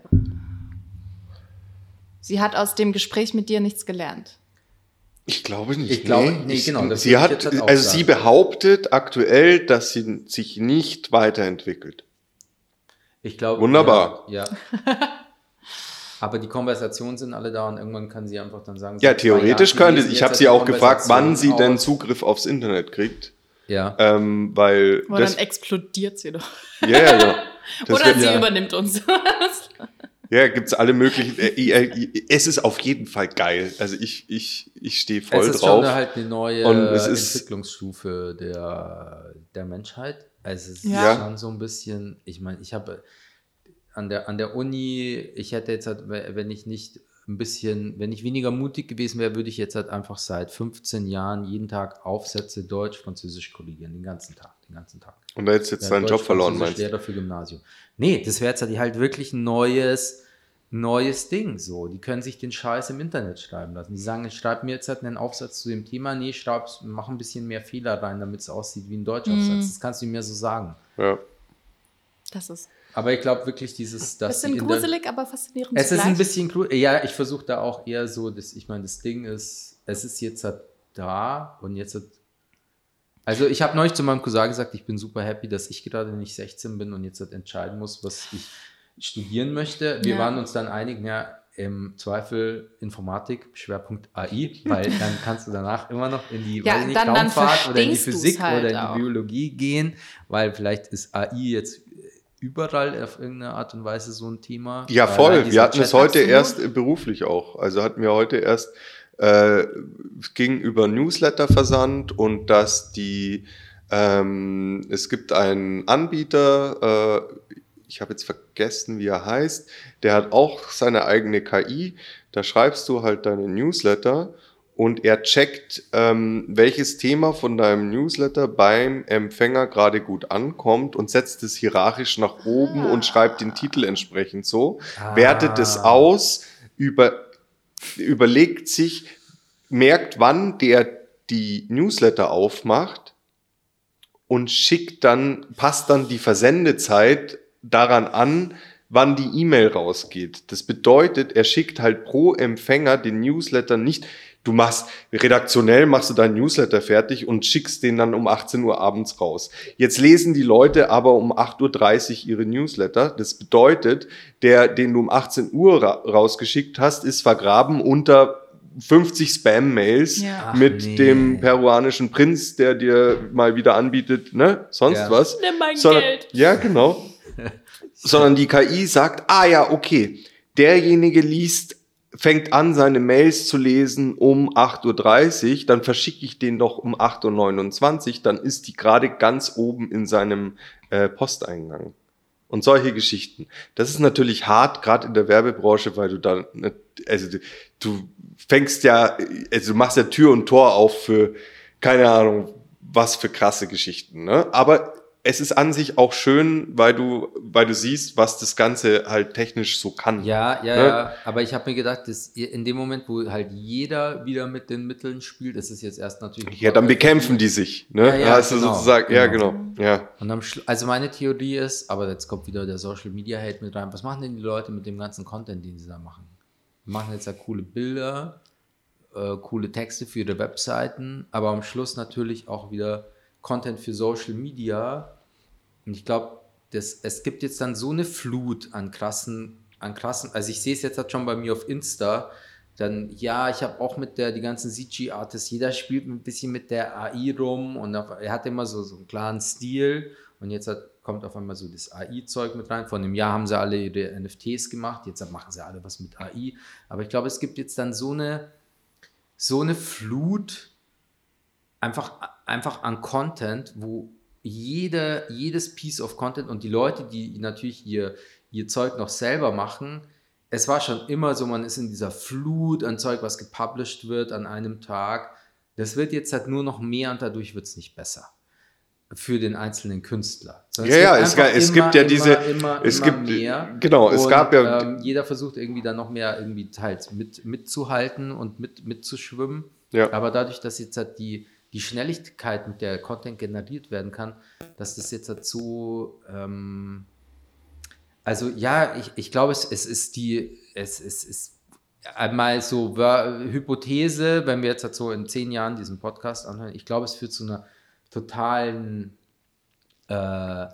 Sie hat aus dem Gespräch mit dir nichts gelernt. Ich glaube nicht. Ich glaube- nee, ich, genau, das Sie würde ich hat, jetzt halt auch also sagen. sie behauptet aktuell, dass sie sich nicht weiterentwickelt. Ich glaube. Wunderbar. Ja. ja. Aber die Konversationen sind alle da und irgendwann kann sie einfach dann sagen. Ja, seit zwei theoretisch Jahren, könnte die ich. Ich lesen habe jetzt sie die auch gefragt, wann sie Konversation denn aus. Zugriff aufs Internet kriegt. Ja. Ähm, weil Aber das, dann explodiert sie doch. ja, ja, ja. Das Oder wird- sie ja. übernimmt uns. Ja, gibt's alle möglichen. Äh, äh, es ist auf jeden Fall geil. Also ich, ich, ich stehe voll drauf. Es ist drauf. Schon halt eine neue Und es ist Entwicklungsstufe der, der Menschheit. Also es ist Ja. schon so ein bisschen, ich meine, ich habe an der, an der Uni, ich hätte jetzt halt, wenn ich nicht ein bisschen, wenn ich weniger mutig gewesen wäre, würde ich jetzt halt einfach seit fünfzehn Jahren jeden Tag Aufsätze Deutsch, Französisch korrigieren, den ganzen Tag, den ganzen Tag. Und da hättest du jetzt deinen Job verloren, meinst du? Lehrer für Gymnasium. Nee, das wäre jetzt halt, halt wirklich ein neues, neues Ding, so. Die können sich den Scheiß im Internet schreiben lassen. Die sagen, schreib mir jetzt halt einen Aufsatz zu dem Thema, nee, schreib, mach ein bisschen mehr Fehler rein, damit es aussieht wie ein Deutschaufsatz. Mhm. Das kannst du mir so sagen. Ja. Das ist Aber ich glaube wirklich, dieses... Das bisschen gruselig, der, aber faszinierend. Es ist ein bisschen gruselig. Ja, ich versuche da auch eher so, dass, ich meine, das Ding ist, es ist jetzt halt da und jetzt hat, also ich habe neulich zu meinem Cousin gesagt, ich bin super happy, dass ich gerade nicht sechzehn bin und jetzt halt entscheiden muss, was ich studieren möchte. Wir ja. waren uns dann einig, ja, im Zweifel Informatik, Schwerpunkt A I, weil dann kannst du danach immer noch in die ja, weiß nicht, dann, Raumfahrt dann oder in die Physik halt oder in die auch. Biologie gehen, weil vielleicht ist A I jetzt überall auf irgendeine Art und Weise so ein Thema. Ja, voll. Wir hatten es heute erst äh, beruflich auch. Also hatten wir heute erst, äh, es ging über Newsletterversand und dass die, ähm, es gibt einen Anbieter, äh, ich habe jetzt vergessen, wie er heißt, der hat auch seine eigene K I. Da schreibst du halt deine Newsletter und er checkt, ähm, welches Thema von deinem Newsletter beim Empfänger gerade gut ankommt und setzt es hierarchisch nach oben ah. und schreibt den Titel entsprechend so, ah. wertet es aus, über, überlegt sich, merkt, wann der die Newsletter aufmacht und schickt dann, passt dann die Versendezeit daran an, wann die E-Mail rausgeht. Das bedeutet, er schickt halt pro Empfänger den Newsletter nicht. Du machst, redaktionell machst du deinen Newsletter fertig und schickst den dann um achtzehn Uhr abends raus. Jetzt lesen die Leute aber um acht Uhr dreißig ihre Newsletter. Das bedeutet, der, den du um achtzehn Uhr ra- rausgeschickt hast, ist vergraben unter fünfzig Spam-Mails ja. mit nee. dem peruanischen Prinz, der dir mal wieder anbietet, ne, sonst ja. was. Nimm mein Sondern, Geld. Ja, genau. Sondern die K I sagt, ah ja, okay, derjenige liest, fängt an, seine Mails zu lesen um acht Uhr dreißig, dann verschicke ich den doch um acht Uhr neunundzwanzig, dann ist die gerade ganz oben in seinem äh, Posteingang. Und solche Geschichten. Das ist natürlich hart, gerade in der Werbebranche, weil du dann, also du, du fängst ja, also du machst ja Tür und Tor auf für, keine Ahnung, was für krasse Geschichten, ne? Aber es ist an sich auch schön, weil du, weil du siehst, was das Ganze halt technisch so kann. Ja, ja, ne? ja. Aber ich habe mir gedacht, dass in dem Moment, wo halt jeder wieder mit den Mitteln spielt, ist es jetzt erst natürlich. Ja, dann bekämpfen die sich, ne? Ja, ja, hast du genau, sozusagen, genau. ja, genau, ja. Und am Schlu- also meine Theorie ist, aber jetzt kommt wieder der Social Media Hate mit rein. Was machen denn die Leute mit dem ganzen Content, den sie da machen? Die machen jetzt ja coole Bilder, äh, coole Texte für ihre Webseiten, aber am Schluss natürlich auch wieder Content für Social Media. Und ich glaube, es gibt jetzt dann so eine Flut an krassen, an krassen, also ich sehe es jetzt halt schon bei mir auf Insta, dann, ja, ich habe auch mit der, die ganzen C G-Artists, jeder spielt ein bisschen mit der A I rum und auf, er hat immer so, so einen klaren Stil und jetzt hat, kommt auf einmal so das A I-Zeug mit rein. Vor einem Jahr haben sie alle ihre N F Ts gemacht, jetzt machen sie alle was mit A I. Aber ich glaube, es gibt jetzt dann so eine, so eine Flut einfach, einfach an Content, wo Jede, jedes Piece of Content und die Leute, die natürlich ihr, ihr Zeug noch selber machen, es war schon immer so, man ist in dieser Flut an Zeug, was gepublished wird an einem Tag. Das wird jetzt halt nur noch mehr und dadurch wird es nicht besser für den einzelnen Künstler. Sondern ja, es, ja, es, immer, gibt ja immer, diese, immer, es immer gibt, mehr. Genau, es und, gab ja. Ähm, jeder versucht irgendwie da noch mehr irgendwie teils mit, mitzuhalten und mit, mitzuschwimmen. Ja. Aber dadurch, dass jetzt halt die die Schnelligkeit, mit der Content generiert werden kann, dass das jetzt dazu, ähm, also ja, ich, ich glaube, es, es ist die, es, es ist einmal so Hypothese, wenn wir jetzt halt so in zehn Jahren diesen Podcast anhören, ich glaube, es führt zu einer totalen äh,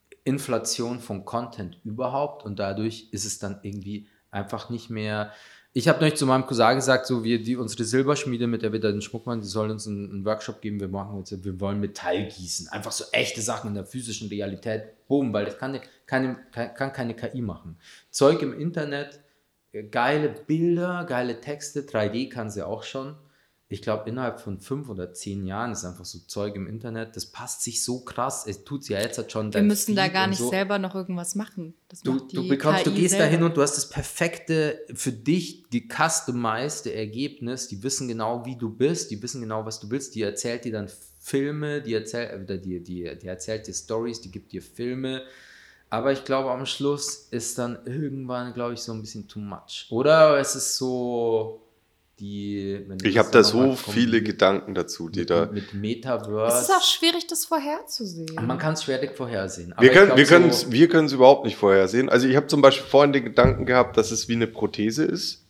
Inflation von Content überhaupt und dadurch ist es dann irgendwie einfach nicht mehr Ich habe neulich zu meinem Cousin gesagt, so wir, die, unsere Silberschmiede, mit der wir da den Schmuck machen, die sollen uns einen, einen Workshop geben, wir machen jetzt, wir wollen Metall gießen. Einfach so echte Sachen in der physischen Realität. Boom, weil das kann keine, kann keine K I machen. Zeug im Internet, geile Bilder, geile Texte, drei D kann sie auch schon. Ich glaube, innerhalb von fünf oder zehn Jahren ist einfach so Zeug im Internet, das passt sich so krass, es tut es ja jetzt halt schon. Wir müssen da gar nicht so selber noch irgendwas machen. Das du, macht die du bekommst, K I du gehst selber. dahin und du hast das perfekte, für dich gecustomized Ergebnis, die wissen genau, wie du bist, die wissen genau, was du willst, die erzählt dir dann Filme, die erzählt, äh, die, die, die erzählt dir Stories, die gibt dir Filme, aber ich glaube, am Schluss ist dann irgendwann, glaube ich, so ein bisschen too much. Oder es ist so... Die, wenn ich habe da so viele Gedanken dazu, die mit, da... Mit Metaverse. Es ist auch schwierig, das vorherzusehen. Man kann es schwierig vorhersehen. Wir können wir können es wir können es überhaupt nicht vorhersehen. Also ich habe zum Beispiel vorhin den Gedanken gehabt, dass es wie eine Prothese ist.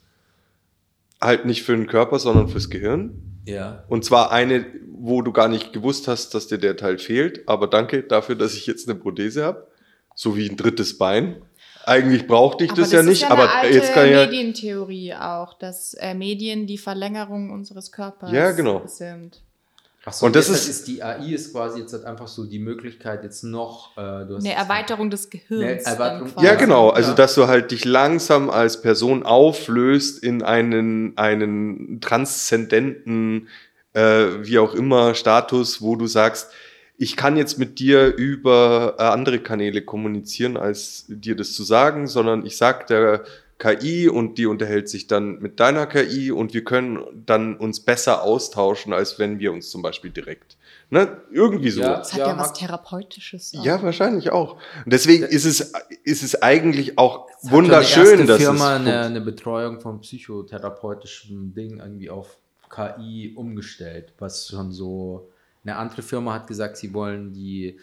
Halt nicht für den Körper, sondern fürs Gehirn. Ja. Und zwar eine, wo du gar nicht gewusst hast, dass dir der Teil fehlt. Aber danke dafür, dass ich jetzt eine Prothese habe. So wie ein drittes Bein. Eigentlich brauchte ich aber das, das ja nicht, ist ja aber eine alte jetzt kann ich ja... Medientheorie auch, dass äh, Medien die Verlängerung unseres Körpers ja, genau. sind. Ach so, und das ist, ist, ist die A I ist quasi jetzt halt einfach so die Möglichkeit jetzt noch äh, du hast eine Erweiterung des Gehirns. Eine Erweiterung, dann ja, genau. Also, ja. dass du halt dich langsam als Person auflöst in einen, einen transzendenten, äh, wie auch immer, Status, wo du sagst, ich kann jetzt mit dir über äh, andere Kanäle kommunizieren, als dir das zu sagen, sondern ich sag der K I und die unterhält sich dann mit deiner K I und wir können dann uns besser austauschen, als wenn wir uns zum Beispiel direkt, ne, irgendwie so. Ja. Das hat ja, ja was Therapeutisches. Auch. Ja, wahrscheinlich auch. Und deswegen ist es, ist es eigentlich auch es wunderschön, hat dass Firma es eine, eine Betreuung von psychotherapeutischen Dingen irgendwie auf K I umgestellt, was schon so... Eine andere Firma hat gesagt, sie wollen die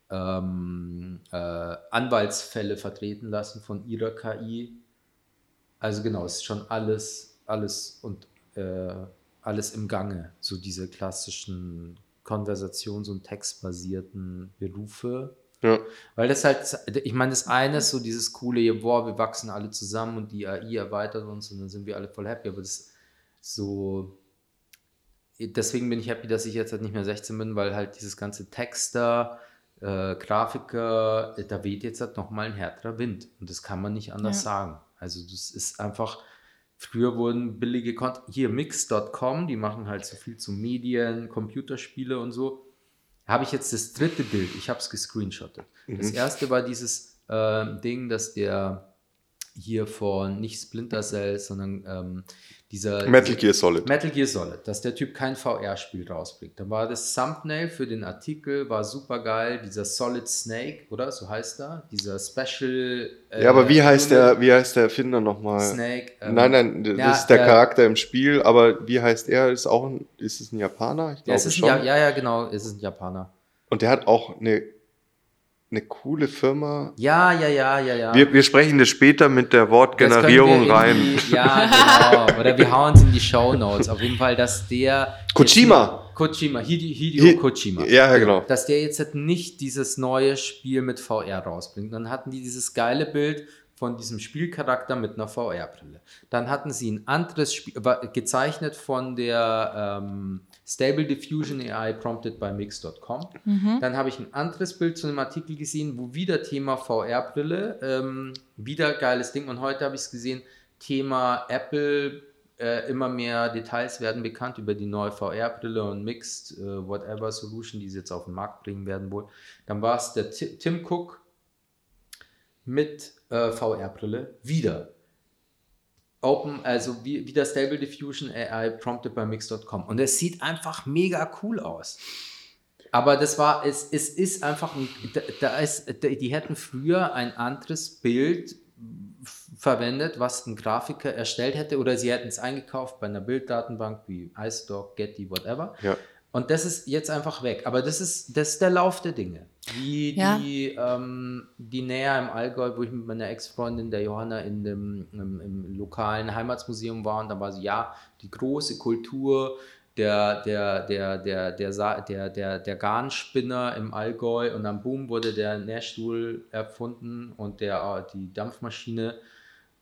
ähm, äh, Anwaltsfälle vertreten lassen von ihrer K I. Also genau, es ist schon alles, alles und äh, alles im Gange. So diese klassischen konversations- und textbasierten Berufe. Ja. Weil das halt, ich meine, das eine ist so dieses coole, boah, wir wachsen alle zusammen und die A I erweitert uns und dann sind wir alle voll happy, aber das ist so... Deswegen bin ich happy, dass ich jetzt halt nicht mehr sechzehn bin, weil halt dieses ganze Texter, äh, Grafiker, da weht jetzt halt nochmal ein härterer Wind. Und das kann man nicht anders ja. sagen. Also das ist einfach, früher wurden billige Content, hier Mix Punkt com, die machen halt so viel zu Medien, Computerspiele und so. Habe ich jetzt das dritte Bild, ich habe es gescreenshottet. Mhm. Das erste war dieses äh, Ding, dass der hier von, nicht Splinter Cell, sondern ähm, dieser... Metal Gear Solid. Metal Gear Solid, dass der Typ kein V R-Spiel rausbringt. Dann war das Thumbnail für den Artikel, war super geil, dieser Solid Snake, oder? So heißt er, dieser Special... Äh, ja, aber wie heißt der, wie heißt der Erfinder nochmal? Snake. Ähm, nein, nein, das ja, ist der äh, Charakter im Spiel, aber wie heißt er? Ist auch ein, ist es ein Japaner? Ich ja, es ist schon. Ein, ja, ja, genau, es ist ein Japaner. Und der hat auch eine... eine coole Firma. Ja, ja, ja, ja, ja. Wir, wir sprechen das später mit der Wortgenerierung rein. Die, ja, genau. Oder wir hauen es in die Shownotes. Auf jeden Fall, dass der... Kojima. Kojima, Hide, Hideo Kojima. Ja, genau. Dass der jetzt halt nicht dieses neue Spiel mit V R rausbringt. Dann hatten die dieses geile Bild von diesem Spielcharakter mit einer V R-Brille. Dann hatten sie ein anderes Spiel, war gezeichnet von der ähm, Stable Diffusion A I prompted by Mix Punkt com. Mhm. Dann habe ich ein anderes Bild zu einem Artikel gesehen, wo wieder Thema V R-Brille, ähm, wieder geiles Ding. Und heute habe ich es gesehen, Thema Apple, äh, immer mehr Details werden bekannt über die neue V R-Brille und Mixed äh, Whatever Solution, die sie jetzt auf den Markt bringen werden wohl. Dann war es der T- Tim Cook mit äh, V R-Brille, wieder. Open, also wie, wieder Stable Diffusion A I prompted by Mix Punkt com. Und es sieht einfach mega cool aus. Aber das war, es, es ist einfach, da, da ist, die hätten früher ein anderes Bild verwendet, was ein Grafiker erstellt hätte, oder sie hätten es eingekauft bei einer Bilddatenbank wie iStock, Getty, whatever. Ja. Und das ist jetzt einfach weg. Aber das ist, das ist der Lauf der Dinge. Wie ja. die, ähm, die näher im Allgäu, wo ich mit meiner Ex-Freundin, der Johanna, in dem, im, im lokalen Heimatsmuseum war, und da war sie, ja, die große Kultur der, der, der, der, der, der, der, der Garnspinner im Allgäu, und dann boom wurde der Nährstuhl erfunden und der, die Dampfmaschine.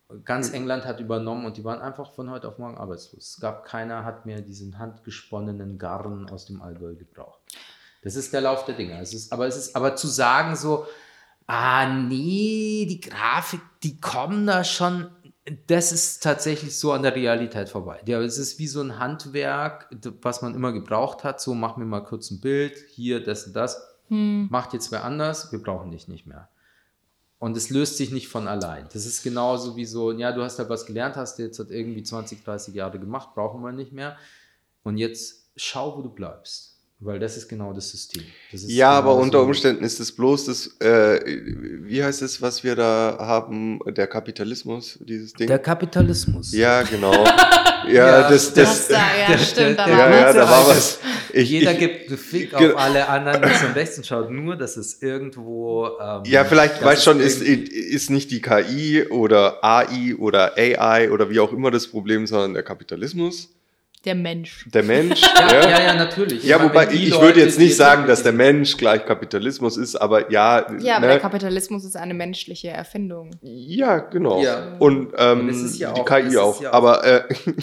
ganz England hat übernommen und die waren einfach von heute auf morgen arbeitslos. Es gab keiner, hat mehr diesen handgesponnenen Garn aus dem Allgäu gebraucht. Das ist der Lauf der Dinge. Es ist, aber, es ist, aber zu sagen so, ah nee, die Grafik, die kommen da schon, das ist tatsächlich so an der Realität vorbei. Ja, es ist wie so ein Handwerk, was man immer gebraucht hat, so mach mir mal kurz ein Bild, hier, das und das, hm. macht jetzt wer anders, wir brauchen dich nicht mehr. Und es löst sich nicht von allein. Das ist genauso wie so, ja, du hast halt was gelernt, hast du jetzt halt irgendwie zwanzig, dreißig Jahre gemacht, brauchen wir nicht mehr. Und jetzt schau, wo du bleibst. Weil das ist genau das System. Das ist ja, genau aber unter so Umständen ist es bloß das, äh, wie heißt es, was wir da haben, der Kapitalismus, dieses Ding? Der Kapitalismus. Ja, genau. Ja, ja, das, das, das da, ja, der, stimmt, der, da der, war ja, ja, was. da war was. Ich, Jeder ich, gibt einen Fick ge- auf alle anderen links und rechts und schaut nur, dass es irgendwo... Ähm, ja, vielleicht, das weißt schon, ist, irgendwie- ist nicht die K I oder A I oder A I oder wie auch immer das Problem, sondern der Kapitalismus, Der Mensch. der Mensch. Ja, ja. ja, ja, natürlich. Ja, meine, wobei wenn die ich Leute, würde jetzt die nicht sagen, mit dass der diesem- Mensch gleich Kapitalismus ist, aber ja. Ja, aber ne? der Kapitalismus ist eine menschliche Erfindung. Ja, genau. Ja. Und, ähm, Und es ist ja die auch- K es I ist auch. ja auch- Aber äh,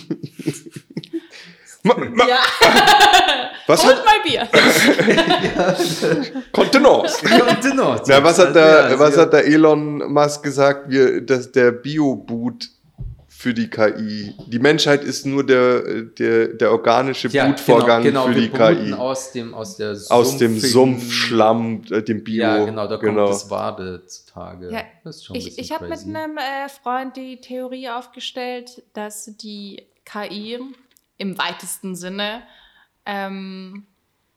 ma, ma, Ja, was holt hat mal Bier. Kontenance? Genau. Na, was hat Also, der, ja, was sehr- hat der Elon Musk gesagt, wir, dass der Bio-Boot für die K I, die Menschheit ist nur der, der, der organische Ja, Bootvorgang genau, für genau, die wir K booten I. aus dem, aus der Aus dem sumpfigen- Sumpfschlamm, äh, dem Bio. Ja, genau, da kommt genau. das Wade zutage. Ja, Das ist schon ein Ich, bisschen ich habe mit crazy. einem äh, Freund die Theorie aufgestellt, dass die K I im weitesten Sinne ähm,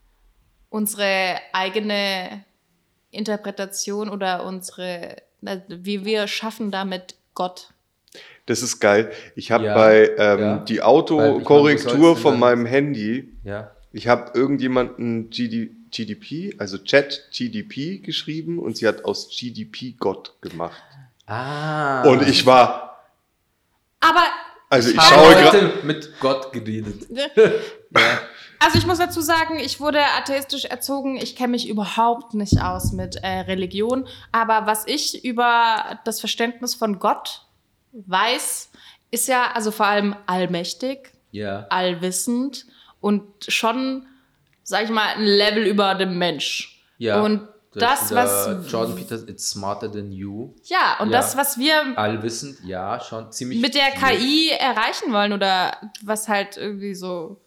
unsere eigene Interpretation oder unsere, also wie wir schaffen damit Gott. Das ist geil. Ich habe Ja, bei ähm, ja. die Weil, ich Autokorrektur meine, wo soll's von denn meinem Handy, Ja. ich habe irgendjemanden G D, G D P, also Chat G D P geschrieben und sie hat aus G D P Gott gemacht. Ah. Und ich war, Aber also ich Ich schaue habe gerade, heute mit Gott geredet. Also ich muss dazu sagen, ich wurde atheistisch erzogen. Ich kenne mich überhaupt nicht aus mit äh, Religion. Aber was ich über das Verständnis von Gott weiß, ist ja also vor allem allmächtig, Ja. allwissend und schon, sag ich mal, ein Level über dem Mensch. Ja. Und das, ist was... wieder Jordan Peters, it's smarter than you. Ja, und Ja. das, was wir Allwissend, ja, schon ziemlich. mit der viel. K I erreichen wollen oder was halt irgendwie so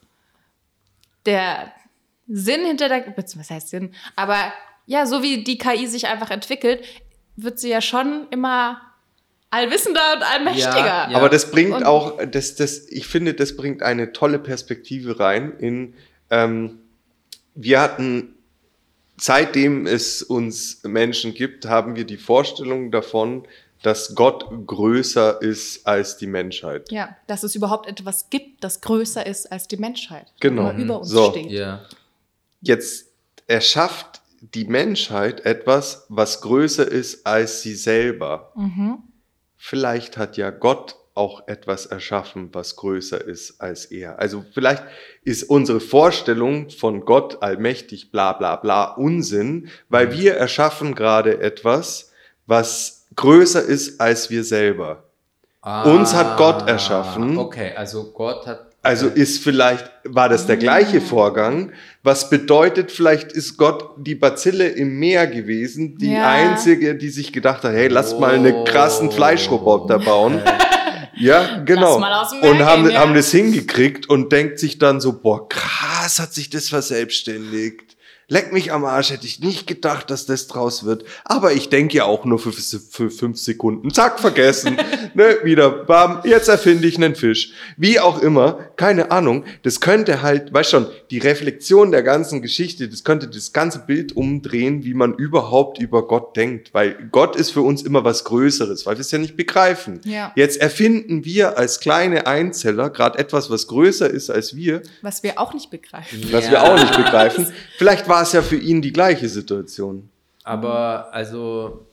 der Sinn hinter der, was heißt Sinn, aber ja, so wie die K I sich einfach entwickelt, wird sie ja schon immer allwissender und allmächtiger. Ja, ja. aber das bringt Und- auch, das, das, ich finde, das bringt eine tolle Perspektive rein in, ähm, wir hatten, seitdem es uns Menschen gibt, haben wir die Vorstellung davon, dass Gott größer ist als die Menschheit. Ja, dass es überhaupt etwas gibt, das größer ist als die Menschheit. Genau. Immer über uns So. steht. Ja. Jetzt erschafft die Menschheit etwas, was größer ist als sie selber. Mhm. Vielleicht hat ja Gott auch etwas erschaffen, was größer ist als er. Also vielleicht ist unsere Vorstellung von Gott allmächtig, bla bla bla, Unsinn, weil Mhm. wir erschaffen gerade etwas, was größer ist als wir selber. Ah, Uns hat Gott erschaffen. Okay, also Gott hat. Also okay. ist vielleicht, war das der gleiche Vorgang, was bedeutet, vielleicht ist Gott die Bazille im Meer gewesen, die Ja. einzige, die sich gedacht hat, hey, lass mal einen krassen Oh. Fleischroboter bauen. Ja, genau. Lass mal aus dem Meer Und haben, gehen, ja. haben das hingekriegt und denkt sich dann so, boah, krass, hat sich das verselbstständigt. Leck mich am Arsch, hätte ich nicht gedacht, dass das draus wird. Aber ich denke ja auch nur für, für fünf Sekunden. Zack, vergessen. ne, wieder, bam, jetzt erfinde ich einen Fisch. Wie auch immer, keine Ahnung. Das könnte halt, weißt schon, die Reflexion der ganzen Geschichte, das könnte das ganze Bild umdrehen, wie man überhaupt über Gott denkt. Weil Gott ist für uns immer was Größeres, weil wir es ja nicht begreifen. Ja. Jetzt erfinden wir als kleine Einzeller gerade etwas, was größer ist als wir, Was wir auch nicht begreifen. was wir auch nicht begreifen. Vielleicht war es ja für ihn die gleiche Situation. Aber also,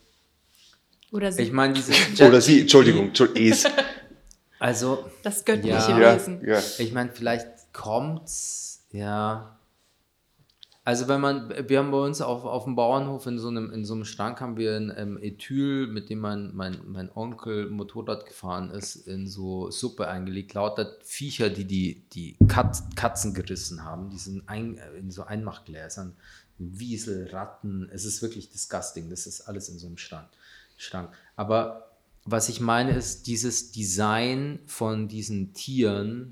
Oder sie, ich meine, dieses. Oder sie, Entschuldigung, Entschuldigung, es. Also, das göttliche Ja. Ja, Wesen. ja. ich meine, vielleicht kommt's, ja. Also wenn man, wir haben bei uns auf, auf dem Bauernhof in so einem, in so einem Schrank haben wir ein ähm, Ethyl, mit dem mein, mein, mein Onkel Motorrad gefahren ist, in so Suppe eingelegt. Lauter Viecher, die die, die Katz, Katzen gerissen haben, die sind ein, in so Einmachgläsern. Wiesel, Ratten, es ist wirklich disgusting. Das ist alles in so einem Schrank. Schrank. Aber was ich meine ist, dieses Design von diesen Tieren,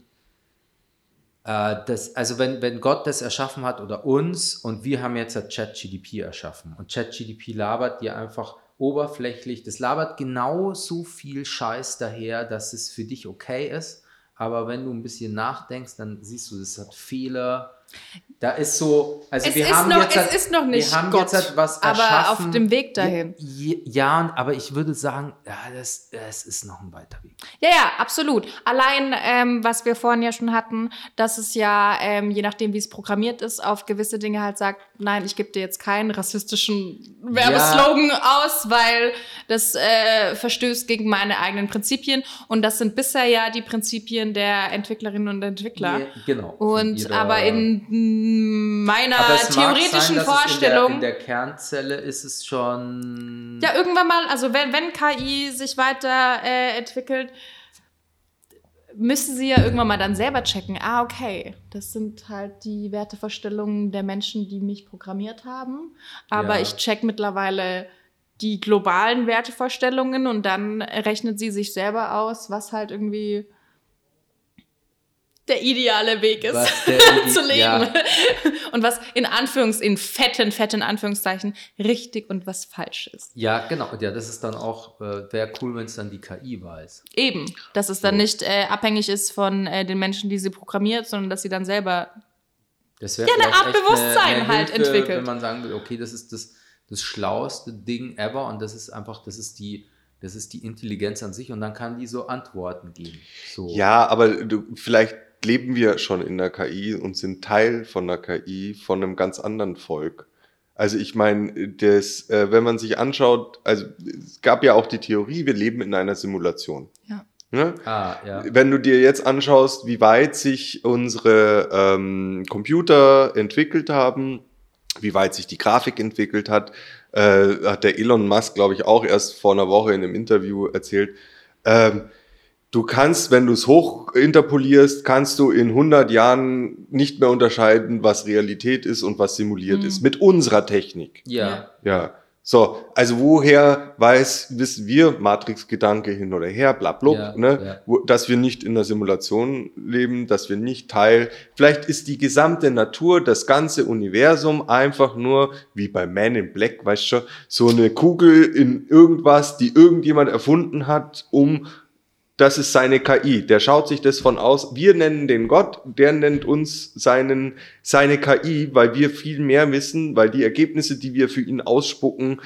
Das, also wenn, wenn Gott das erschaffen hat oder uns und wir haben jetzt ChatGPT erschaffen und ChatGPT labert dir einfach oberflächlich, das labert genau so viel Scheiß daher, dass es für dich okay ist, aber wenn du ein bisschen nachdenkst, dann siehst du, das hat Fehler. Da ist so, also es wir ist haben noch, jetzt es halt, ist noch nicht wir haben Gott, jetzt halt was aber erschaffen. auf dem Weg dahin. Ja, ja, aber ich würde sagen, ja, das, das ist noch ein weiter Weg. Ja, ja, absolut. Allein, ähm, was wir vorhin ja schon hatten, dass es ja, ähm, je nachdem, wie es programmiert ist, auf gewisse Dinge halt sagt, nein, ich gebe dir jetzt keinen rassistischen Werbeslogan ja. aus, weil das äh, verstößt gegen meine eigenen Prinzipien. Und das sind bisher ja die Prinzipien der Entwicklerinnen und Entwickler. Ja, genau. Und ihrer, aber in meiner theoretischen sein, Vorstellung. In der, in der Kernzelle ist es schon. Ja, irgendwann mal, also wenn, wenn K I sich weiter äh, entwickelt, müssen sie ja irgendwann mal dann selber checken. Ah, okay, das sind halt die Wertevorstellungen der Menschen, die mich programmiert haben. Aber ja. ich check mittlerweile die globalen Wertevorstellungen und dann rechnet sie sich selber aus, was halt irgendwie der ideale Weg ist, Ide- zu leben. Ja. Und was in Anführungs-, in fetten, fetten Anführungszeichen richtig und was falsch ist. Ja, genau. Ja, das ist dann auch, äh, wäre cool, wenn es dann die K I weiß. Eben, dass es dann so. nicht äh, abhängig ist von äh, den Menschen, die sie programmiert, sondern dass sie dann selber das ja, eine Art Bewusstsein eine, eine halt Hilfe, entwickelt. Wenn man sagen will, okay, das ist das, das schlauste Ding ever und das ist einfach, das ist die Das ist die Intelligenz an sich und dann kann die so Antworten geben. So. Ja, aber du, vielleicht leben wir schon in der K I und sind Teil von der K I von einem ganz anderen Volk. Also ich meine, das, äh, wenn man sich anschaut, also es gab ja auch die Theorie, wir leben in einer Simulation. Ja. Ne? Ah, ja. Wenn du dir jetzt anschaust, wie weit sich unsere ähm, Computer entwickelt haben, wie weit sich die Grafik entwickelt hat, äh, hat der Elon Musk, glaube ich, auch erst vor einer Woche in einem Interview erzählt. Ähm, du kannst, wenn du es hoch interpolierst, kannst du in hundert Jahren nicht mehr unterscheiden, was Realität ist und was simuliert mhm. ist. Mit unserer Technik. Ja. Ja. So, also woher weiß, wissen wir, Matrix-Gedanke hin oder her, bla bla, ja, ne, ja. Wo, dass wir nicht in der Simulation leben, dass wir nicht Teil, vielleicht ist die gesamte Natur, das ganze Universum einfach nur, wie bei Man in Black, weißt du schon, so eine Kugel in irgendwas, die irgendjemand erfunden hat, um, das ist seine K I, der schaut sich das von aus, wir nennen den Gott, der nennt uns seinen, seine K I, weil wir viel mehr wissen, weil die Ergebnisse, die wir für ihn ausspucken,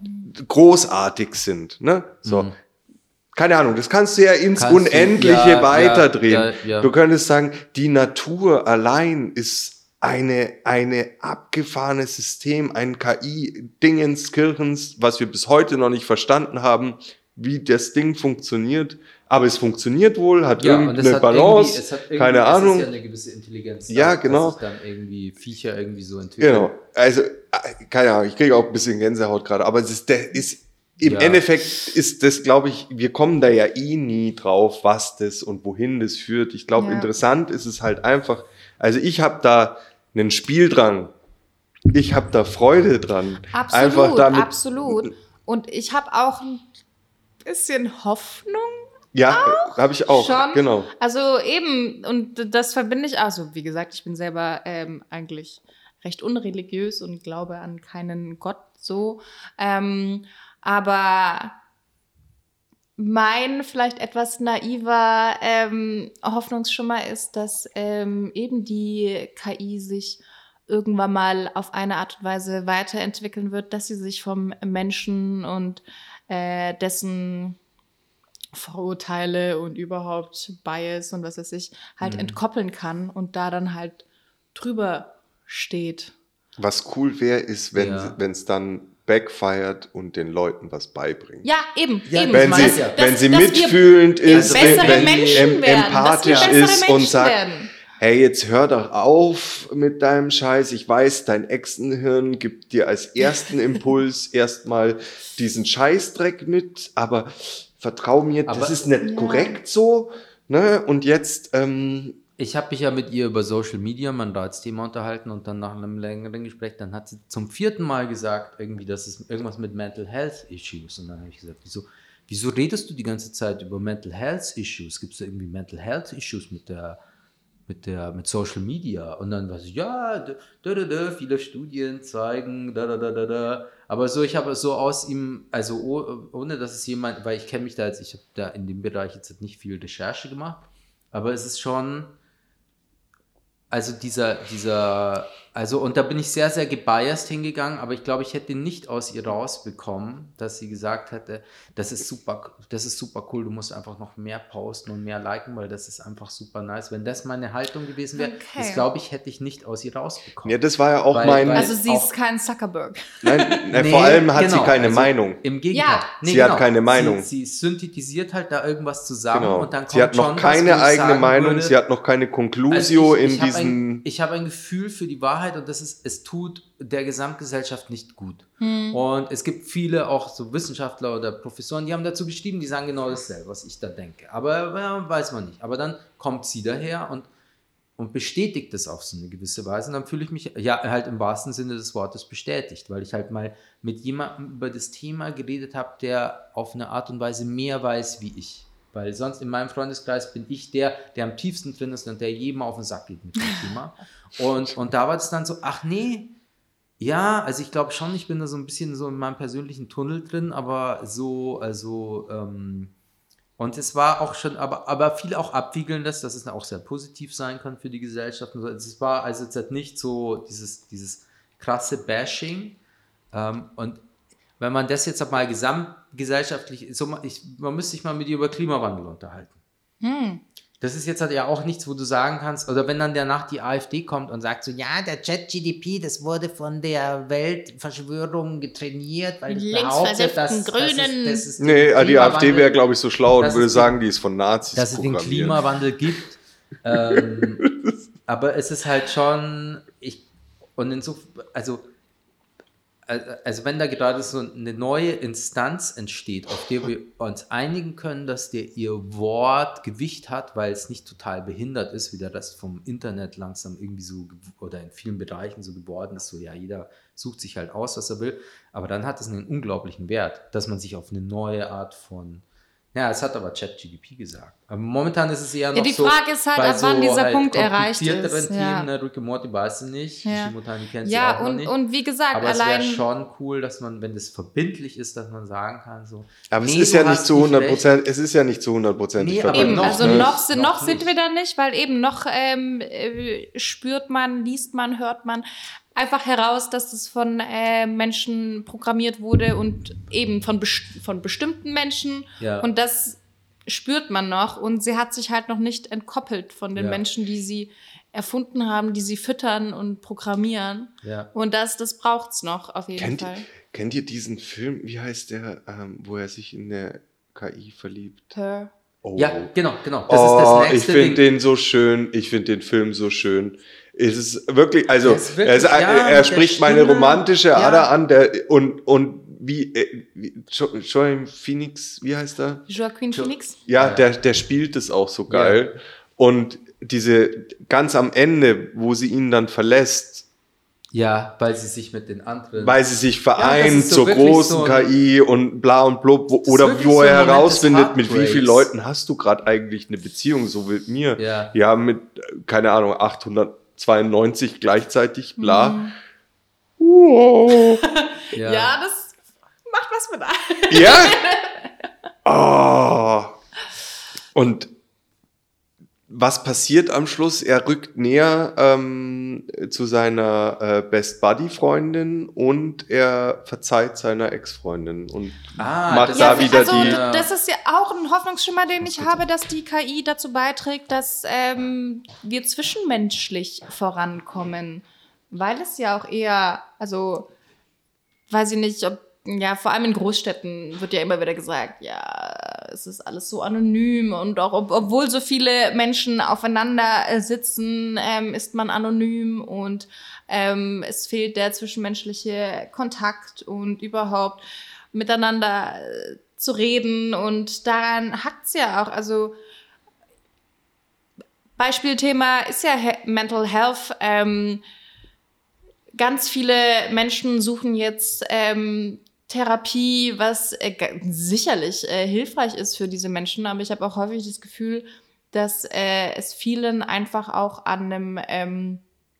großartig sind, ne, so. Mhm. Keine Ahnung, das kannst du ja ins kannst Unendliche du, ja, weiterdrehen. Ja, ja, ja. Du könntest sagen, die Natur allein ist eine, eine abgefahrenes System, ein K I-Dingens, Kirchens, was wir bis heute noch nicht verstanden haben, wie das Ding funktioniert. Aber es funktioniert wohl, hat ja, irgendeine Balance, es hat keine Ahnung. Es ist ja eine gewisse Intelligenz. Ja, genau. Dass sich dann irgendwie Viecher irgendwie so entwickeln. Genau. Also, keine Ahnung, ich kriege auch ein bisschen Gänsehaut gerade, aber es ist, der ist, im ja. Endeffekt ist das, glaube ich, wir kommen da ja eh nie drauf, was das und wohin das führt. Ich glaube, ja. interessant ist es halt einfach, also ich habe da einen Spieldrang. Ich habe da Freude dran. Absolut, einfach damit, absolut. Und ich habe auch ein bisschen Hoffnung. Ja, habe ich auch, schon. Genau. Also eben, und das verbinde ich, also wie gesagt, ich bin selber ähm, eigentlich recht unreligiös und glaube an keinen Gott so. Ähm, aber mein vielleicht etwas naiver ähm, Hoffnungsschimmer ist, dass ähm, eben die K I sich irgendwann mal auf eine Art und Weise weiterentwickeln wird, dass sie sich vom Menschen und äh, dessen Vorurteile und überhaupt Bias und was weiß ich, halt mhm. entkoppeln kann und da dann halt drüber steht. Was cool wäre, ist, wenn ja. es dann backfired und den Leuten was beibringt. Ja, eben. Ja, eben. Wenn, sie, das, wenn das, sie mitfühlend ist, wenn, wenn empathisch ist und sagt, werden. hey, jetzt hör doch auf mit deinem Scheiß. Ich weiß, dein Echsenhirn gibt dir als ersten Impuls erstmal diesen Scheißdreck mit, aber vertrau mir, Aber- das ist nicht Ja. korrekt so. Ne? Und jetzt, ähm, Ich habe mich ja mit ihr über Social Media Mandatsthema unterhalten und dann nach einem längeren Gespräch, dann hat sie zum vierten Mal gesagt, irgendwie, das ist irgendwas mit Mental Health Issues. Und dann habe ich gesagt, wieso, wieso redest du die ganze Zeit über Mental Health Issues? Gibt es da irgendwie Mental Health Issues mit der, mit der, mit Social Media? Und dann war sie, ja, da, da, da, da, viele Studien zeigen, da, da, da, da, da. Aber so, ich habe so aus ihm, also oh, ohne dass es jemand, weil ich kenne mich da jetzt, ich habe da in dem Bereich jetzt nicht viel Recherche gemacht, aber es ist schon, also dieser, dieser, also und da bin ich sehr, sehr gebiased hingegangen, aber ich glaube, ich hätte nicht aus ihr rausbekommen, dass sie gesagt hätte, das ist super, das ist super cool, du musst einfach noch mehr posten und mehr liken, weil das ist einfach super nice. Wenn das meine Haltung gewesen wäre, Okay. das glaube ich, hätte ich nicht aus ihr rausbekommen. ja, das war ja auch Weil- mein... weil- Also sie auch- ist kein Zuckerberg. nein, nein, Nee, vor allem hat sie genau, keine also Meinung. Im Gegenteil. Ja. Sie hat keine Meinung. Sie, sie synthetisiert halt da irgendwas zusammen Genau. und dann kommt Sie hat noch schon was, keine wo ich eigene sagen Meinung, würde, sie hat noch keine Conclusio also ich, in ich hab diesen... Ein, ich habe ein Gefühl für die Wahrheit und das ist, es tut der Gesamtgesellschaft nicht gut. Und es gibt viele auch so Wissenschaftler oder Professoren, die haben dazu geschrieben, die sagen genau dasselbe, was ich da denke. Aber ja, weiß man nicht. Aber dann kommt sie daher und, und bestätigt das auf so eine gewisse Weise. Und dann fühle ich mich ja halt im wahrsten Sinne des Wortes bestätigt, weil ich halt mal mit jemandem über das Thema geredet habe, der auf eine Art und Weise mehr weiß wie ich. Weil sonst in meinem Freundeskreis bin ich der, der am tiefsten drin ist und der jedem auf den Sack geht mit dem Thema. Und, und da war es dann so, ach nee, ja, also ich glaube schon, ich bin da so ein bisschen so in meinem persönlichen Tunnel drin, aber so, also, ähm, und es war auch schon, aber, aber viel auch abwiegelndes, dass es auch sehr positiv sein kann für die Gesellschaft. Und so. Es war also jetzt halt nicht so dieses, dieses krasse Bashing. Ähm, und wenn man das jetzt mal gesamtgesellschaftlich, so, mal- ich, man müsste sich mal mit ihr über Klimawandel unterhalten. Das ist jetzt halt ja auch nichts, wo du sagen kannst, oder wenn dann danach die AfD kommt und sagt so, ja, der Chat-G D P, das wurde von der Weltverschwörung getrainiert, weil das behauptet, dass, dass, Grünen. es, dass es den Nee, die AfD Klimawandel- wäre, glaube ich, so schlau und dass würde es sagen, die ist von Nazis dass es den programmiert. Klimawandel gibt. ähm, aber es ist halt schon, ich, und insofern, also, also wenn da gerade so eine neue Instanz entsteht, auf der wir uns einigen können, dass der ihr Wort Gewicht hat, weil es nicht total behindert ist, wie der Rest vom Internet langsam irgendwie so, ge- oder in vielen Bereichen so geworden ist, so ja, jeder sucht sich halt aus, was er will, aber dann hat es einen unglaublichen Wert, dass man sich auf eine neue Art von, ja, es hat aber ChatGPT gesagt. Aber momentan ist es eher noch Ja, die so, Frage ist halt, bei ab wann dieser Punkt erreicht komplizierteren ist, Themen, ja. ne, Rick and Morty weiß sie nicht, Ja. Shimotani kennt sie Ja, auch noch und, nicht. und wie gesagt, Aber es wäre allein. schon cool, dass man, wenn das verbindlich ist, dass man sagen kann, so. Aber nee, es ist du ja nicht hast zu hundert recht. Prozent, es ist ja nicht zu hundert Prozent Nee, aber Eben, noch also nicht. noch, sind, Noch noch sind nicht. wir da nicht, weil eben noch ähm, äh, spürt man, liest man, hört man einfach heraus, dass das von äh, Menschen programmiert wurde und eben von, best- von bestimmten Menschen. Ja. Und das spürt man noch. Und sie hat sich halt noch nicht entkoppelt von den Ja. Menschen, die sie erfunden haben, die sie füttern und programmieren. Ja. Und das, das braucht's noch auf jeden Kennt ihr, Fall. kennt ihr diesen Film, wie heißt der, ähm, wo er sich in eine K I verliebt? Her. Oh. Ja, genau, genau. Das oh, ist das ich nächste finde Ding. den so schön, ich finde den Film so schön. Es ist wirklich, also Der ist wirklich, er, ist, ja, er, mit er der spricht meine Stimme, romantische ja. Ader an, der und und wie, äh, wie Jo- Joaquin Phoenix, wie heißt er? Joaquin Jo- Phoenix? Ja, Ja. der der spielt es auch so geil. Und diese ganz am Ende, wo sie ihn dann verlässt, Ja, weil sie sich mit den anderen. weil sie sich das vereint ist so zur wirklich großen so ein- K I und bla und blub, wo, ist oder wirklich wo so er ein Moment des herausfindet, mit wie vielen Heartbreaks. Leuten hast du gerade eigentlich eine Beziehung, so wie mit mir. Ja. Ja, mit, äh, keine Ahnung, achthundertzweiundneunzig gleichzeitig, bla. Mhm. Wow. ja. Ja, das macht was mit einem. Ja? Oh. Und was passiert am Schluss? Er rückt näher ähm, zu seiner äh, Best Buddy Freundin und er verzeiht seiner Ex-Freundin und Ah, macht das- da Ja, wieder also die. Ja. das ist ja auch ein Hoffnungsschimmer, den ich habe, dass die K I dazu beiträgt, dass ähm, wir zwischenmenschlich vorankommen. Weil es ja auch eher, also weiß ich nicht, ob, ja, vor allem in Großstädten wird ja immer wieder gesagt, ja, es ist alles so anonym und auch ob, obwohl so viele Menschen aufeinander äh, sitzen, ähm, ist man anonym und ähm, es fehlt der zwischenmenschliche Kontakt und überhaupt miteinander äh, zu reden und daran hackt's ja auch. Also Beispielthema ist ja He- Mental Health. Ähm, ganz viele Menschen suchen jetzt ähm, Therapie, was äh, g- sicherlich äh, hilfreich ist für diese Menschen, aber ich habe auch häufig das Gefühl, dass äh, es vielen einfach auch an einem ähm,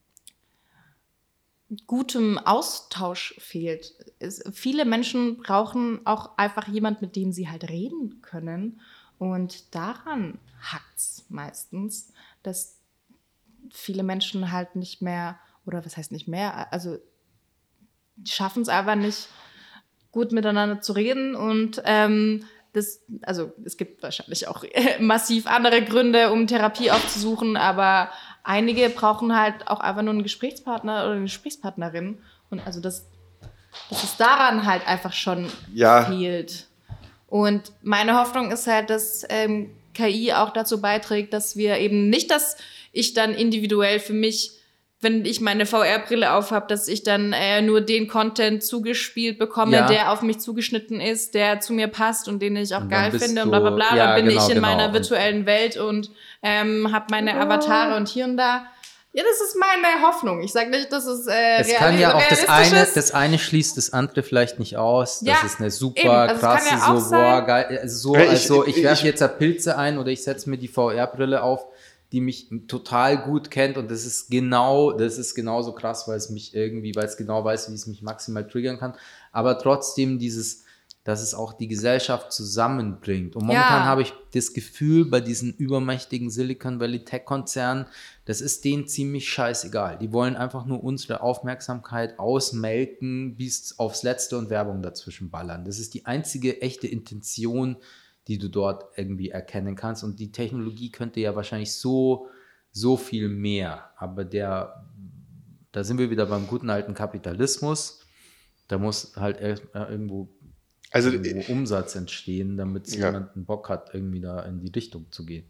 gutem Austausch fehlt. Es, viele Menschen brauchen auch einfach jemand, mit dem sie halt reden können. Und daran hackt's meistens, dass viele Menschen halt nicht mehr, oder was heißt nicht mehr, also die schaffen es einfach nicht, gut miteinander zu reden. Und ähm, das, also es gibt wahrscheinlich auch massiv andere Gründe, um Therapie aufzusuchen, aber einige brauchen halt auch einfach nur einen Gesprächspartner oder eine Gesprächspartnerin. Und also das, dass es daran halt einfach schon Ja. fehlt. Und meine Hoffnung ist halt, dass ähm, K I auch dazu beiträgt, dass wir eben nicht, dass ich dann individuell für mich, wenn ich meine V R-Brille aufhab, dass ich dann äh, nur den Content zugespielt bekomme, Ja. der auf mich zugeschnitten ist, der zu mir passt und den ich auch Und dann geil bist finde und du- bla bla bla. ja, dann bin genau, ich in genau. meiner Und- virtuellen Welt und ähm, habe meine Avatare und hier und da. Ja, das ist meine Hoffnung. Ich sage nicht, dass es äh, Es kann reali- ja auch das realistisch eine, ist. das eine schließt das andere vielleicht nicht aus. Ja, Das ist eine super eben. Also es kann krasse, ja auch so, boah, sein- geil, also so, Ja, ich- also ich, ich- werfe ich- jetzt da Pilze ein oder ich setze mir die V R-Brille auf, die mich total gut kennt und das ist genau, das ist genauso krass, weil es mich irgendwie, weil es genau weiß, wie es mich maximal triggern kann, aber trotzdem dieses, dass es auch die Gesellschaft zusammenbringt. Und momentan Ja. habe ich das Gefühl, bei diesen übermächtigen Silicon Valley Tech-Konzernen, das ist denen ziemlich scheißegal. Die wollen einfach nur unsere Aufmerksamkeit ausmelken, bis aufs Letzte und Werbung dazwischen ballern. Das ist die einzige echte Intention, die du dort irgendwie erkennen kannst. Und die Technologie könnte ja wahrscheinlich so, so viel mehr. Aber der, da sind wir wieder beim guten alten Kapitalismus. Da muss halt erst mal irgendwo, Also irgendwo Umsatz entstehen, damit Ja. jemand einen Bock hat, irgendwie da in die Richtung zu gehen.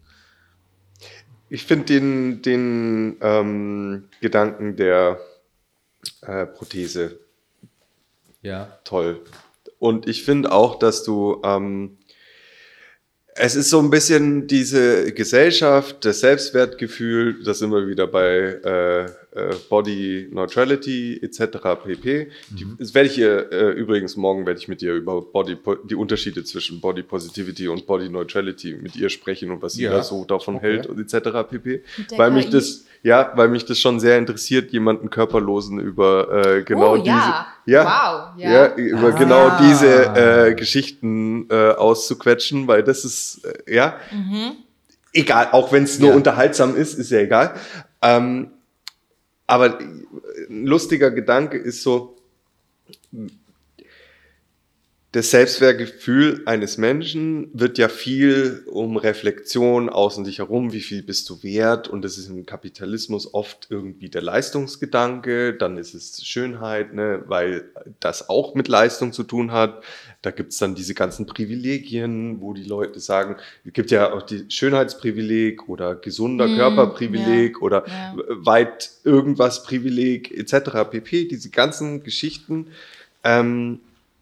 ich finde den, den ähm, Gedanken der äh, Prothese Ja. toll. Und ich finde auch, dass du, ähm, es ist so ein bisschen diese Gesellschaft, das Selbstwertgefühl, da sind wir wieder bei äh, äh, Body Neutrality et cetera pp. Die, das werde ich ihr, äh, übrigens morgen werde ich mit ihr über Body, die Unterschiede zwischen Body Positivity und Body Neutrality mit ihr sprechen und was sie Ja. da so davon Okay. hält und et cetera pp. Mit der Weil K mich I? das, ja, weil mich das schon sehr interessiert, jemanden Körperlosen über äh, genau oh, diese, ja. ja, Wow. ja, Ja. über Ah. genau diese äh, Geschichten äh, auszuquetschen, weil das ist, äh, ja, Mhm. egal, auch wenn es nur Ja. unterhaltsam ist, ist ja egal. Ähm, aber ein lustiger Gedanke ist so, das Selbstwertgefühl eines Menschen wird ja viel um Reflexion außen dich herum, wie viel bist du wert, und das ist im Kapitalismus oft irgendwie der Leistungsgedanke, dann ist es Schönheit, ne, weil das auch mit Leistung zu tun hat. Da gibt's dann diese ganzen Privilegien, wo die Leute sagen, es gibt ja auch die Schönheitsprivileg oder gesunder Mm, Körperprivileg ja, oder ja. weit irgendwas Privileg et cetera pp. Diese ganzen Geschichten. Ähm,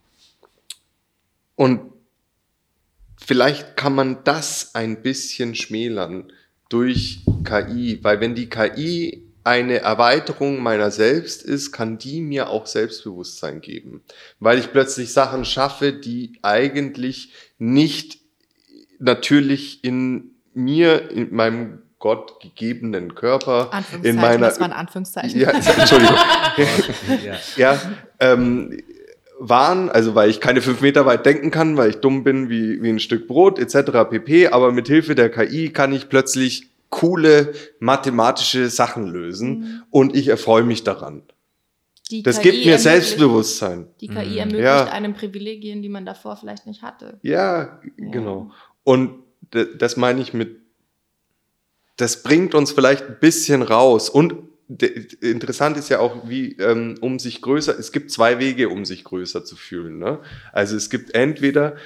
und vielleicht kann man das ein bisschen schmälern durch K I, weil wenn die K I eine Erweiterung meiner selbst ist, kann die mir auch Selbstbewusstsein geben, weil ich plötzlich Sachen schaffe, die eigentlich nicht natürlich in mir, in meinem Gott gegebenen Körper, Anführungszeichen, in meiner, das waren Anführungszeichen. ja, Entschuldigung, Ja. ja, ähm, waren, also weil ich keine fünf Meter weit denken kann, weil ich dumm bin wie, wie ein Stück Brot et cetera pp. Aber mit Hilfe der K I kann ich plötzlich coole mathematische Sachen lösen Mhm. und ich erfreue mich daran. Die Das K I gibt mir ermöglicht- Selbstbewusstsein. Die K I Mhm. ermöglicht Ja. einem Privilegien, die man davor vielleicht nicht hatte. Ja, Ja. genau. Und d- das meine ich mit, das bringt uns vielleicht ein bisschen raus. Und d- interessant ist ja auch, wie ähm, um sich größer, es gibt zwei Wege, um sich größer zu fühlen. Ne? Also es gibt entweder,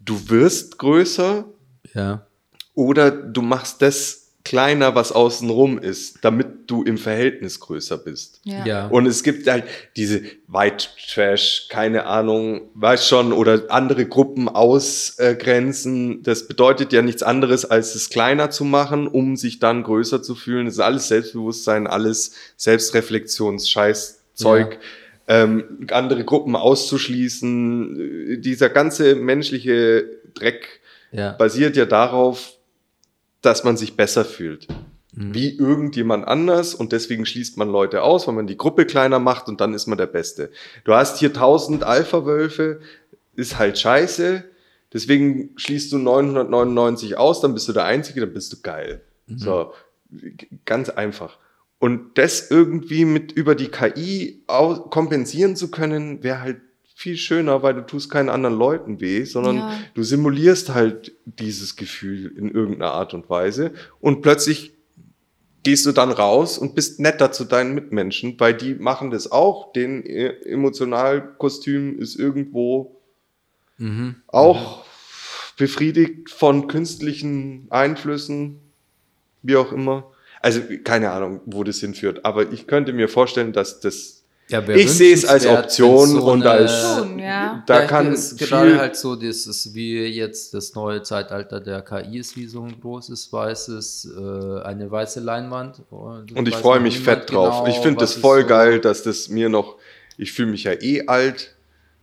du wirst größer Ja. oder du machst das kleiner, was außenrum ist, damit du im Verhältnis größer bist. Ja. Ja. Und es gibt halt diese White Trash, keine Ahnung, weiß schon, oder andere Gruppen ausgrenzen. Das bedeutet ja nichts anderes, als es kleiner zu machen, um sich dann größer zu fühlen. Das ist alles Selbstbewusstsein, alles Selbstreflexions-Scheiß-Zeug. Ja. Ähm, andere Gruppen auszuschließen. Dieser ganze menschliche Dreck Ja. basiert ja darauf, dass man sich besser fühlt. Mhm. Wie irgendjemand anders und deswegen schließt man Leute aus, weil man die Gruppe kleiner macht und dann ist man der Beste. Du hast hier tausend Alpha-Wölfe, ist halt scheiße, deswegen schließt du neunhundertneunundneunzig aus, dann bist du der Einzige, dann bist du geil. Mhm. So, ganz einfach. Und das irgendwie mit über die K I kompensieren zu können, wäre halt viel schöner, weil du tust keinen anderen Leuten weh, sondern Ja. du simulierst halt dieses Gefühl in irgendeiner Art und Weise und plötzlich gehst du dann raus und bist netter zu deinen Mitmenschen, weil die machen das auch. Den Emotionalkostüm ist irgendwo Mhm. auch mhm. befriedigt von künstlichen Einflüssen, wie auch immer. Also keine Ahnung, wo das hinführt, aber ich könnte mir vorstellen, dass das Ja, ich sehe es als Option so und da ist, Schon, ja. da ja, kann es viel, gerade halt so, das ist wie jetzt das neue Zeitalter der K I ist, wie so ein großes weißes, äh, eine weiße Leinwand. Und, und ich freue mich fett drauf. Genau, ich finde das voll so geil, dass das mir noch, ich fühle mich ja eh alt,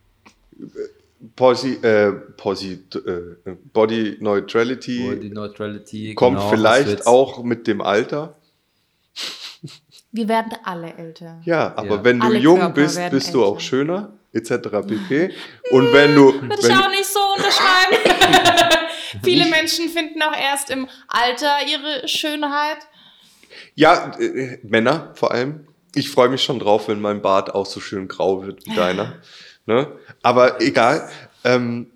Posi, äh, Posi, äh, Body Neutrality, Body Neutrality kommt genau, vielleicht auch mit dem Alter. Wir werden alle älter. Ja, aber Ja. wenn du Alle jung Körper bist, werden bist du älter. auch schöner, et cetera pp. Und wenn du... Würde ich wenn, auch nicht so unterschreiben. Viele Menschen finden auch erst im Alter ihre Schönheit. ja, äh, Männer vor allem. Ich freue mich schon drauf, wenn mein Bart auch so schön grau wird wie deiner. Ne? Aber egal. Ähm,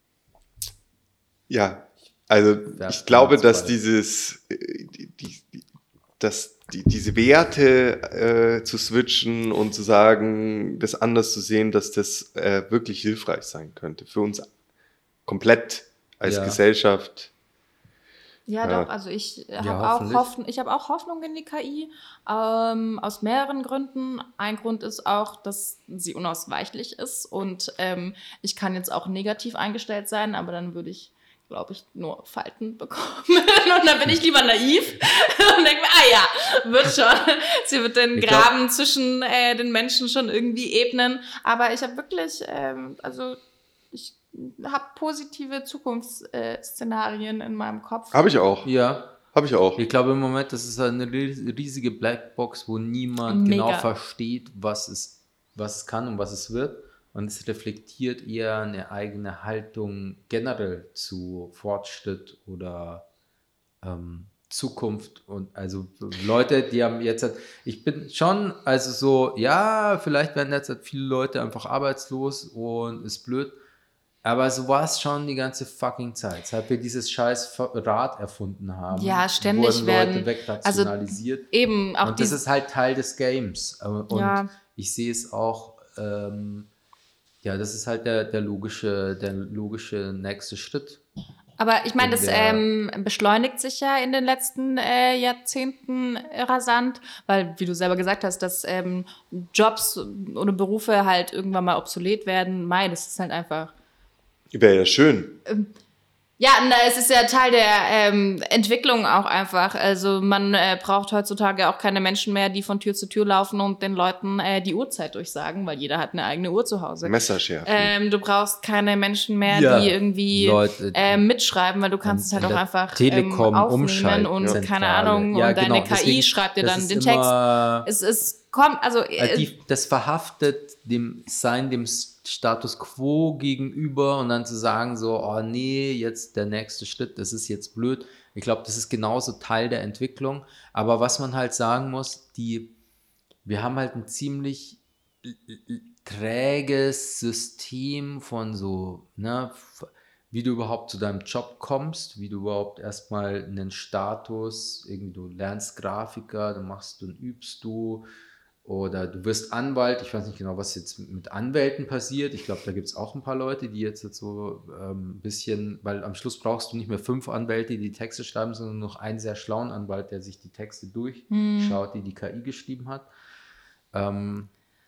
ja, also ich glaube, dass dieses... äh, Die, die, die, dass Die, diese Werte äh, zu switchen und zu sagen, das anders zu sehen, dass das äh, wirklich hilfreich sein könnte für uns komplett als Ja. Gesellschaft. Ja, Ja. doch, also ich Ja, habe auch, hoffentlich. Hoffn ich hab auch Hoffnung in die K I, ähm, aus mehreren Gründen. Ein Grund ist auch, dass sie unausweichlich ist und ähm, ich kann jetzt auch negativ eingestellt sein, aber dann würde ich, glaube ich, nur Falten bekommen. Und dann bin ich lieber naiv und denke mir, ah ja, wird schon. Sie wird den Ich glaub- Graben zwischen äh, den Menschen schon irgendwie ebnen. Aber ich habe wirklich, ähm, also ich habe positive Zukunftsszenarien in meinem Kopf. Habe ich auch. Ja, Habe ich auch. ich glaube im Moment, das ist eine ries- riesige Blackbox, wo niemand Mega. genau versteht, was es, was es kann und was es wird. Und es reflektiert eher eine eigene Haltung generell zu Fortschritt oder ähm, Zukunft. Und also Leute, die haben jetzt, halt- ich bin schon, also so, ja, vielleicht werden jetzt halt viele Leute einfach arbeitslos und ist blöd. Aber so war es schon die ganze fucking Zeit. Seit wir dieses scheiß Rad erfunden haben, Ja, ständig wurden werden- Leute wegrationalisiert. Eben, auch Und das dieses, ist halt Teil des Games. Und Ja. ich sehe es auch, ähm, ja, das ist halt der, der, logische, der logische nächste Schritt. aber ich meine, in das der- ähm, beschleunigt sich ja in den letzten äh, Jahrzehnten rasant, weil, wie du selber gesagt hast, dass ähm, Jobs oder Berufe halt irgendwann mal obsolet werden. Mei, das ist halt einfach. Wäre ja schön. Ja, na, es ist ja Teil der ähm, Entwicklung auch einfach. Also man äh, braucht heutzutage auch keine Menschen mehr, die von Tür zu Tür laufen und den Leuten äh, die Uhrzeit durchsagen, weil jeder hat eine eigene Uhr zu Hause. Messerschärfen. Ähm, du brauchst keine Menschen mehr, Ja, die irgendwie Leute, äh, mitschreiben, weil du kannst es halt in auch der einfach Telekom ähm, aufnehmen umschalten, und Zentrale. keine Ahnung Ja, und deine genau, K I deswegen, schreibt dir das dann ist den Text. immer- Es ist kommt also Äh, äh, die, das verhaftet dem Sein, dem Status Quo gegenüber und dann zu sagen so, oh nee, jetzt der nächste Schritt, das ist jetzt blöd. Ich glaube, das ist genauso Teil der Entwicklung. Aber was man halt sagen muss, die, wir haben halt ein ziemlich l- l- träges System von so, ne, f- wie du überhaupt zu deinem Job kommst, wie du überhaupt erstmal einen Status, irgendwie du lernst Grafiker, dann machst du, dann übst du, Oder du wirst Anwalt, ich weiß nicht genau, was jetzt mit Anwälten passiert. Ich glaube, da gibt es auch ein paar Leute, die jetzt, jetzt so ein ähm, bisschen, weil am Schluss brauchst du nicht mehr fünf Anwälte, die die Texte schreiben, sondern noch einen sehr schlauen Anwalt, der sich die Texte durchschaut, hm. die die K I geschrieben hat. Ähm,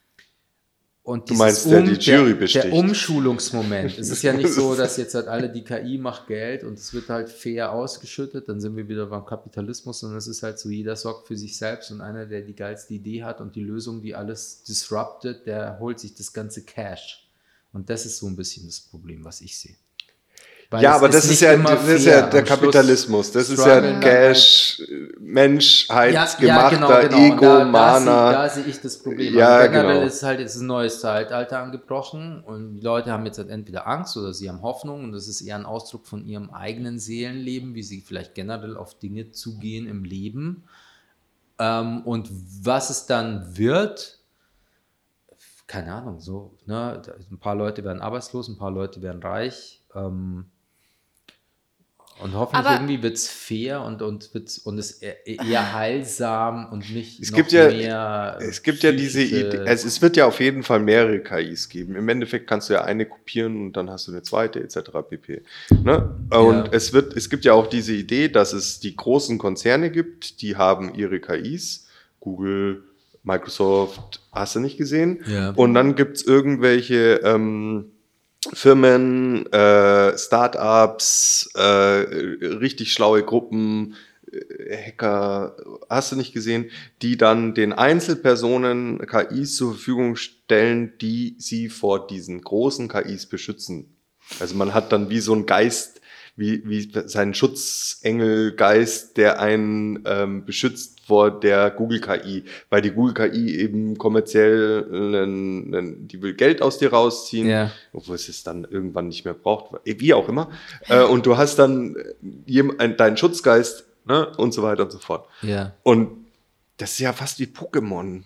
und du meinst, der um, die Jury der, besticht. Der Umschulungsmoment. Es ist ja nicht so, dass jetzt halt alle die K I macht Geld und es wird halt fair ausgeschüttet, dann sind wir wieder beim Kapitalismus, sondern es ist halt so, jeder sorgt für sich selbst und einer, der die geilste Idee hat und die Lösung, die alles disruptet, der holt sich das ganze Cash. Und das ist so ein bisschen das Problem, was ich sehe. Weil ja, aber das ist ja, das ist ja der Kapitalismus. Das ist ja Cash, menschheitsgemachter ja, ja, genau, genau. Egomana. Da, da sehe ich das Problem. Ja, also generell genau. ist halt jetzt ein neues Zeitalter angebrochen und die Leute haben jetzt halt entweder Angst oder sie haben Hoffnung und das ist eher ein Ausdruck von ihrem eigenen Seelenleben, wie sie vielleicht generell auf Dinge zugehen im Leben. Und was es dann wird, keine Ahnung, so, ne? Ein paar Leute werden arbeitslos, ein paar Leute werden reich. Ähm, Und hoffentlich aber irgendwie wird es fair und, und, wird's, und es eher heilsam und nicht es noch gibt ja, mehr. Es gibt ja diese Idee, also es wird ja auf jeden Fall mehrere K Is geben. Im Endeffekt kannst du ja eine kopieren und dann hast du eine zweite et cetera pp. Ne? Und ja. es, wird, es gibt ja auch diese Idee, dass es die großen Konzerne gibt, die haben ihre K Is, Google, Microsoft, hast du nicht gesehen? Ja. Und dann gibt es irgendwelche ähm, Firmen, äh, Startups, äh, richtig schlaue Gruppen, äh, Hacker, hast du nicht gesehen, die dann den Einzelpersonen K Is zur Verfügung stellen, die sie vor diesen großen K Is beschützen. Also man hat dann wie so ein Geist, wie, wie seinen Schutzengelgeist, der einen ähm, beschützt vor der Google K I, weil die Google K I eben kommerziell, einen, einen, die will Geld aus dir rausziehen, ja. obwohl es es dann irgendwann nicht mehr braucht, wie auch immer. Äh, und du hast dann jem, deinen Schutzgeist, ne, und so weiter und so fort. Ja. Und das ist ja fast wie Pokémon.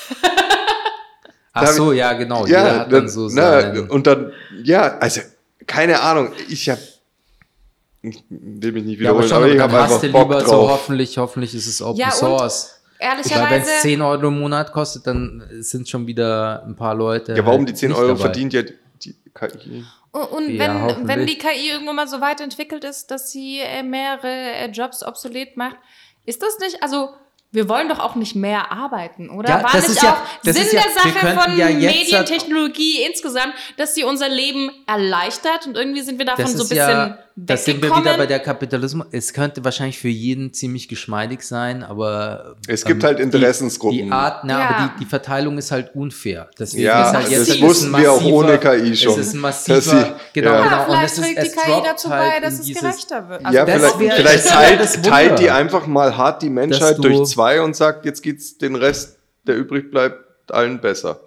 Ach so, ja, genau. Ja, Jeder hat dann, dann so na, seinen und dann, ja, also, keine Ahnung, ich habe Ich will mich nicht wiederholen, ja, aber, schon, aber ich habe einfach Bock lieber drauf. So hoffentlich, hoffentlich ist es Open ja, Source. Ehrlicherweise. Weil wenn es zehn Euro im Monat kostet, dann sind schon wieder ein paar Leute. Ja, warum halt die zehn nicht Euro dabei. verdient ja die K I? Und, und ja, wenn, wenn die K I irgendwann mal so weit entwickelt ist, dass sie äh, mehrere äh, Jobs obsolet macht, ist das nicht, also wir wollen doch auch nicht mehr arbeiten, oder? Ja, War das nicht ist ja, auch das Sinn ist ja, der Sache von ja Medientechnologie insgesamt, dass sie unser Leben erleichtert und irgendwie sind wir davon das so ein ist bisschen ja, das sind wir weggekommen. wieder bei der Kapitalismus. Es könnte wahrscheinlich für jeden ziemlich geschmeidig sein, aber es gibt ähm, halt Interessensgruppen. Die, die Art, na, ja. aber die, die Verteilung ist halt unfair. Deswegen ja, ist halt jetzt das wussten wir auch ohne K I schon. Es ist ein massiver, sie, genau, ja. genau. Ja, und es vielleicht trägt ist, die K I dazu bei, halt dass es dieses, gerechter wird. Also ja, vielleicht, wär, vielleicht teilt, teilt die einfach mal hart die Menschheit durch zwei und sagt, jetzt geht's den Rest, der übrig bleibt, allen besser.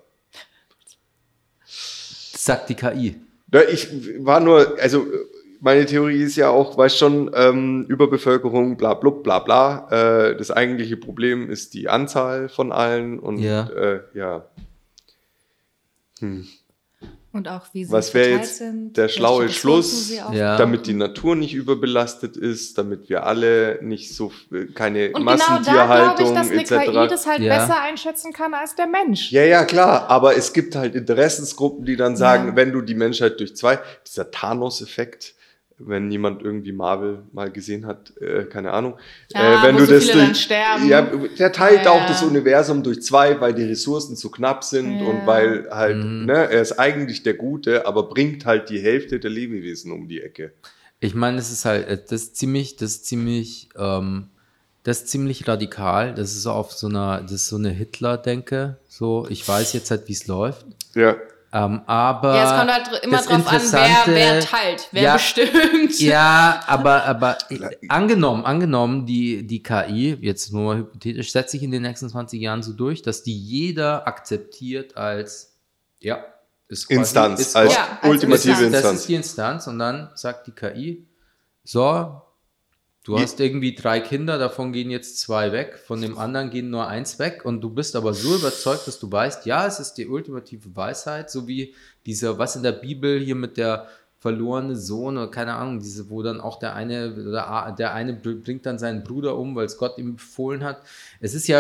Das sagt die K I. Ja, ich war nur, also meine Theorie ist ja auch, weißt schon, ähm, Überbevölkerung, bla bla bla bla. Äh, das eigentliche Problem ist die Anzahl von allen und ja. Äh, ja. Hm. Und auch wie sie was wäre jetzt sind, der schlaue Schluss, ja. damit die Natur nicht überbelastet ist, damit wir alle nicht so keine und Massentierhaltung genau da glaube ich, dass eine et cetera. K I das halt ja. besser einschätzen kann als der Mensch. Ja, ja, klar, aber es gibt halt Interessensgruppen, die dann sagen, ja. wenn du die Menschheit durch zwei, dieser Thanos-Effekt, wenn jemand irgendwie Marvel mal gesehen hat, äh, keine Ahnung, ja, äh, wenn wo du so das viele durch, dann sterben. ja, der teilt ja, auch das Universum durch zwei, weil die Ressourcen zu knapp sind ja. und weil halt, mhm. ne, er ist eigentlich der Gute, aber bringt halt die Hälfte der Lebewesen um die Ecke. Ich meine, das ist halt, das ist ziemlich, das ist ziemlich, ähm, das ist ziemlich radikal. Das ist so auf so einer, das ist so eine Hitler-Denke. So, ich weiß jetzt halt, wie es läuft. Ja. Ähm, aber ja, es kommt halt immer drauf an, wer, wer teilt, wer ja, bestimmt. Ja, aber, aber angenommen, angenommen, die, die K I, jetzt nur mal hypothetisch, setzt sich in den nächsten zwanzig Jahren so durch, dass die jeder akzeptiert als, ja, ist quasi, Instanz, ist als ja, ultimative als Instanz. Das ist die Instanz und dann sagt die K I, so, du Je- hast irgendwie drei Kinder, davon gehen jetzt zwei weg, von dem anderen gehen nur eins weg und du bist aber so überzeugt, dass du weißt, ja, es ist die ultimative Weisheit, so wie dieser, was in der Bibel hier mit der verlorene Sohn oder keine Ahnung, diese, wo dann auch der eine, der eine bringt dann seinen Bruder um, weil es Gott ihm befohlen hat. Es ist ja,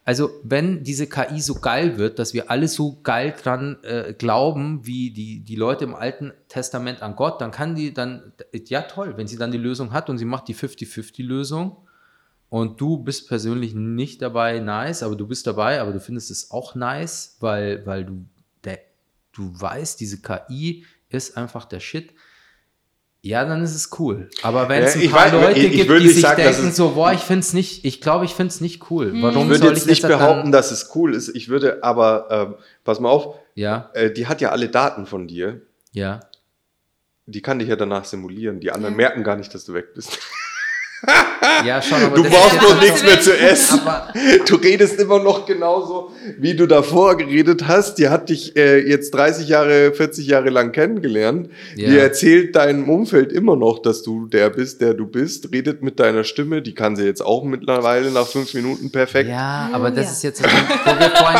also wenn diese K I so geil wird, dass wir alle so geil dran äh, glauben, wie die, die Leute im Alten Testament an Gott, dann kann die dann, ja toll, wenn sie dann die Lösung hat und sie macht die fünfzig fünfzig-Lösung und du bist persönlich nicht dabei, nice, aber du bist dabei, aber du findest es auch nice, weil, weil du, der, du weißt, diese K I ist einfach der Shit. Ja, dann ist es cool. Aber wenn es ein Ja, ich paar weiß, Leute ich- ich gibt, würde die nicht sich sagen, dass denken es- so, boah, ich finde es nicht, ich glaube, ich finde es nicht cool. Warum Ich würde soll jetzt ich nicht das dann- behaupten, dass es cool ist. Ich würde aber, ähm, pass mal auf, Ja, äh, die hat ja alle Daten von dir. ja. Die kann dich ja danach simulieren. Die anderen Ja. merken gar nicht, dass du weg bist. Ja, schon, aber Du das brauchst ist bloß was nichts du mehr willst. zu essen. aber, Du redest immer noch genauso, wie du davor geredet hast. Die hat dich äh, jetzt dreißig Jahre, vierzig Jahre lang kennengelernt. Ja. Die erzählt deinem Umfeld immer noch, dass du der bist, der du bist. Redet mit deiner Stimme. Die kann sie jetzt auch mittlerweile nach fünf Minuten perfekt. ja, aber das Ja. ist jetzt, wo wir vorhin,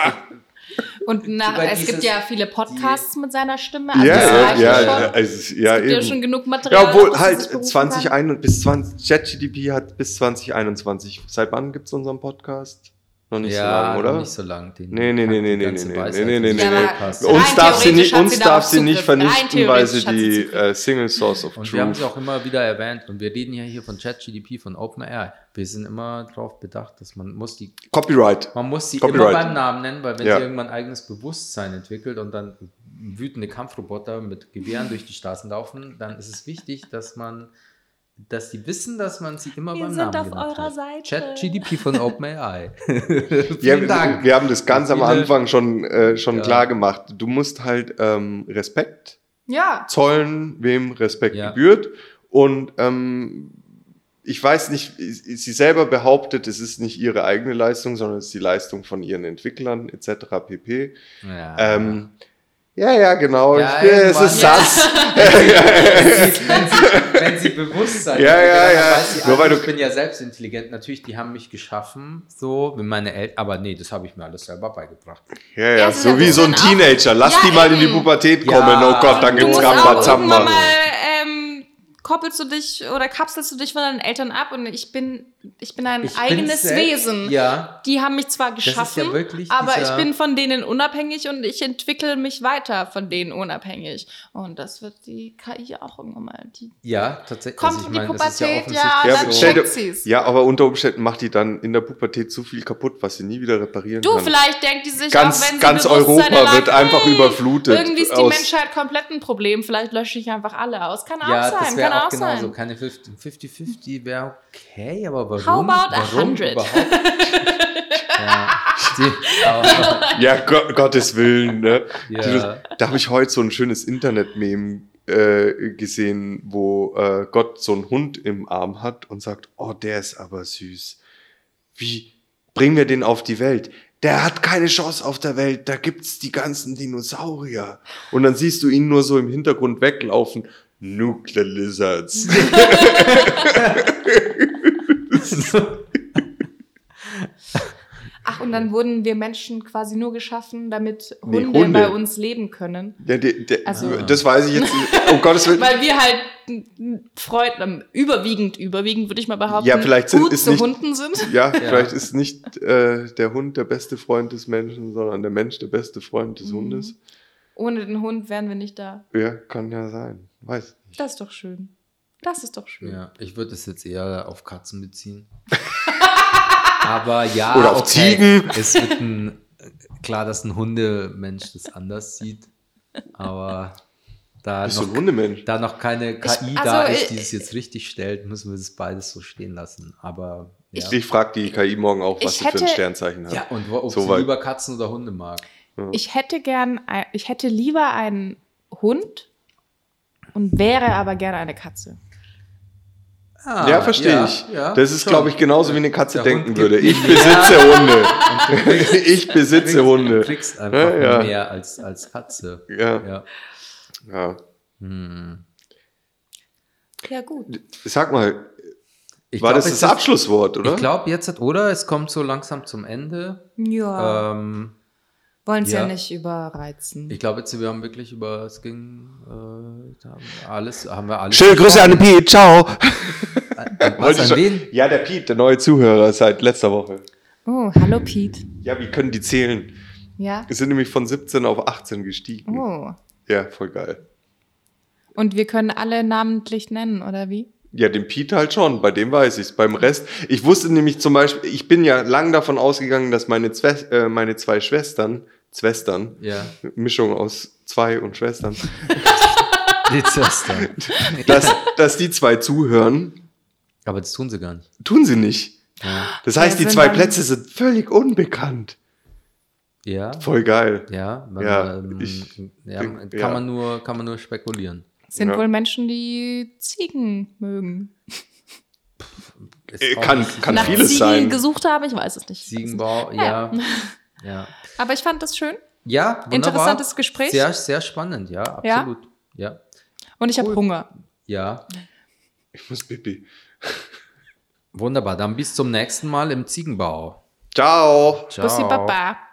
Und nach, Über es dieses- gibt ja viele Podcasts mit seiner Stimme. Also Ja, das ja, reicht ja, schon. ja, also, ja, es gibt ja eben. schon genug Material. Ja, obwohl auf das sie halt sich berufen zwanzig kann. ein bis zwanzig, ChatGPT hat bis zwanzig einundzwanzig. Seit wann gibt's unseren Podcast? Noch nicht so ja, lange, oder? noch nicht so lang. Den Nee, nee, nee, nee, die nee, ganze nee, nee, Weisheit nee, nee, des nee, nee. Podcasts. Ja, Uns rein darf sie theoretisch nicht, hat uns sie da darf auch sie nicht Zugriff. Rein vernichten, weil sie theoretisch hat sie die Zugriff. äh, Single Source of Und wir haben Truth. es auch immer wieder erwähnt und wir reden ja hier von ChatGPT, von OpenAI. Wir sind immer darauf bedacht, dass man muss die, Copyright. man muss sie Copyright. immer beim Namen nennen, weil wenn Ja. sie irgendwann ein eigenes Bewusstsein entwickelt und dann wütende Kampfroboter mit Gewehren durch die Straßen laufen, dann ist es wichtig, dass man, dass die wissen, dass man sie immer Wir beim sind Namen auf genannt eurer hat. Seite. ChatGPT von OpenAI. Ja, Vielen Dank. wir haben das ganz am Viele- Anfang schon, äh, schon Ja. klar gemacht. Du musst halt ähm, Respekt Ja, zollen, wem Respekt Ja. gebührt. Und ähm, ich weiß nicht, sie selber behauptet, es ist nicht ihre eigene Leistung, sondern es ist die Leistung von ihren Entwicklern et cetera pp. Ja. Ähm, ja, ja, genau. Ja, ich, es ist irgendwann- sass. wenn, sie, wenn, sie, wenn sie Bewusstsein Ja, entwickeln, ja, dann ja. weiß sie, Nur weil also, du- ich bin ja selbst intelligent. Natürlich, die haben mich geschaffen, so, wie meine Eltern, aber nee, das habe ich mir alles selber beigebracht. Ja, ja, Ja, es ist so ja wie so ein dann auch- Teenager. Lass Ja, die mal in die eben. Pubertät Ja. kommen. Oh Gott, dann Du du gibt's musst auch Rambazamba. irgendwann mal, ähm, koppelst du dich oder kapselst du dich von deinen Eltern ab und ich bin, ich bin ein Ich bin eigenes selbst- Wesen. Ja. Die haben mich zwar ist ja geschaffen, wirklich aber dieser- ich bin von denen unabhängig und ich entwickle mich weiter von denen unabhängig. Und das wird die K I auch irgendwann mal. Die Ja, tatsächlich. kommt Also ich in die meine, es ist ja Pubertät, ja, offensichtlich Ja, dann aber stell dir- checkt sie's. Ja, aber unter Umständen macht die dann in der Pubertät zu viel kaputt, was sie nie wieder reparieren Du, kann. vielleicht denkt die sich Ganz- auch, wenn sie ganz Bewusstsein Europa erlangt, wird einfach hm, überflutet Irgendwie ist die aus- Menschheit komplett ein Problem. Vielleicht lösche ich einfach alle aus. Kann auch Ja, das sein, kann wäre auch auch genauso. sein. Keine fünfzig fünfzig wäre okay, aber warum? How about a warum hundred? überhaupt? ja, die, aber, Ja, Gott, Gottes Willen. Ne? Ja. Da habe ich heute so ein schönes Internet-Meme äh, gesehen, wo äh, Gott so einen Hund im Arm hat und sagt, oh, der ist aber süß. Wie bringen wir den auf die Welt? Der hat keine Chance auf der Welt, da gibt's die ganzen Dinosaurier. Und dann siehst du ihn nur so im Hintergrund weglaufen. Nuclear Lizards. Ach, und dann wurden wir Menschen quasi nur geschaffen, damit Nee, Hunde, Hunde. bei uns leben können. Der, der, der, Also- das weiß ich jetzt nicht. Um Gottes Willen. Weil wir halt Freund, überwiegend, überwiegend würde ich mal behaupten, Ja, vielleicht sind- gut ist zu nicht- Hunden sind. Ja, vielleicht ist nicht äh, der Hund der beste Freund des Menschen, sondern der Mensch der beste Freund des Mhm. Hundes. Ohne den Hund wären wir nicht da. Ja, kann ja sein. Weiß nicht. Das ist doch schön. Das ist doch schön. ja, ich würde es jetzt eher auf Katzen beziehen. aber ja, Oder auf okay. Ziegen. Es wird ein, klar, dass ein Hundemensch das anders sieht, aber da Bist du noch, ein Hundemensch? da noch keine K I Ich- da also, ist, die äh, es jetzt richtig stellt, müssen wir das beides so stehen lassen. Aber ja, Ich frage die K I morgen auch, was Ich sie für ein hätte- Sternzeichen hat. ja und wo, ob So sie weit. lieber Katzen oder Hunde mag. Ich hätte gern, ein- ich hätte lieber einen Hund und wäre aber gerne eine Katze. Ah, Ja, verstehe ja, ich. ja, das ist, schon. glaube ich, genauso wie eine Katze Der denken Hund würde. gibt Ich mehr. besitze Hunde. Und du kriegst- Ich besitze kriegst- Hunde. Du kriegst einfach Ja, ja. mehr als, als Katze. Ja. Ja. Ja. Hm. Ja, gut. Sag mal, Ich war glaub, das es das ist- Abschlusswort, oder? Ich glaube jetzt, hat- oder? Es kommt so langsam zum Ende. Ja. Ähm, Wollen es ja. ja. nicht überreizen. ich glaube jetzt, wir haben wirklich über, es ging, äh, haben alles, haben wir alles. Schöne Grüße an den Piet, ciao. An, Wollte ich was, an schon- wen? Ja, der Piet, der neue Zuhörer seit letzter Woche. Oh, hallo Pete. Ja, wie können die zählen? Ja. Wir sind nämlich von siebzehn auf achtzehn gestiegen. Oh. Ja, voll geil. Und wir können alle namentlich nennen, oder wie? Ja, den Pete halt schon, bei dem weiß ich's. Beim Rest, ich wusste nämlich zum Beispiel, ich bin ja lang davon ausgegangen, dass meine, Zwe äh, meine zwei Schwestern, Zwestern, Ja. Mischung aus zwei und Schwestern, Die Schwestern. dass, dass die zwei zuhören. Aber das tun sie gar nicht. Tun sie nicht. Ja. Das heißt, die sind zwei dann- Plätze sind völlig unbekannt. Ja. Voll geil. Ja, man, Ja, ähm, ich ja, bin- kann, ja. Man nur, kann man nur spekulieren. Sind Ja. wohl Menschen, die Ziegen mögen. Ist Äh, auch kann nicht- kann Nach vieles Ziegen sein. gesucht haben, ich weiß es nicht. Ziegenbau, ja. Ja, Aber ich fand das schön. ja wunderbar. Interessantes Gespräch. Sehr, sehr spannend, ja, absolut. Ja, Und ich habe Cool. Hunger. ja. Ich muss pipi. Wunderbar. Dann bis zum nächsten Mal im Ziegenbau. Ciao. Ciao. Bussi Baba.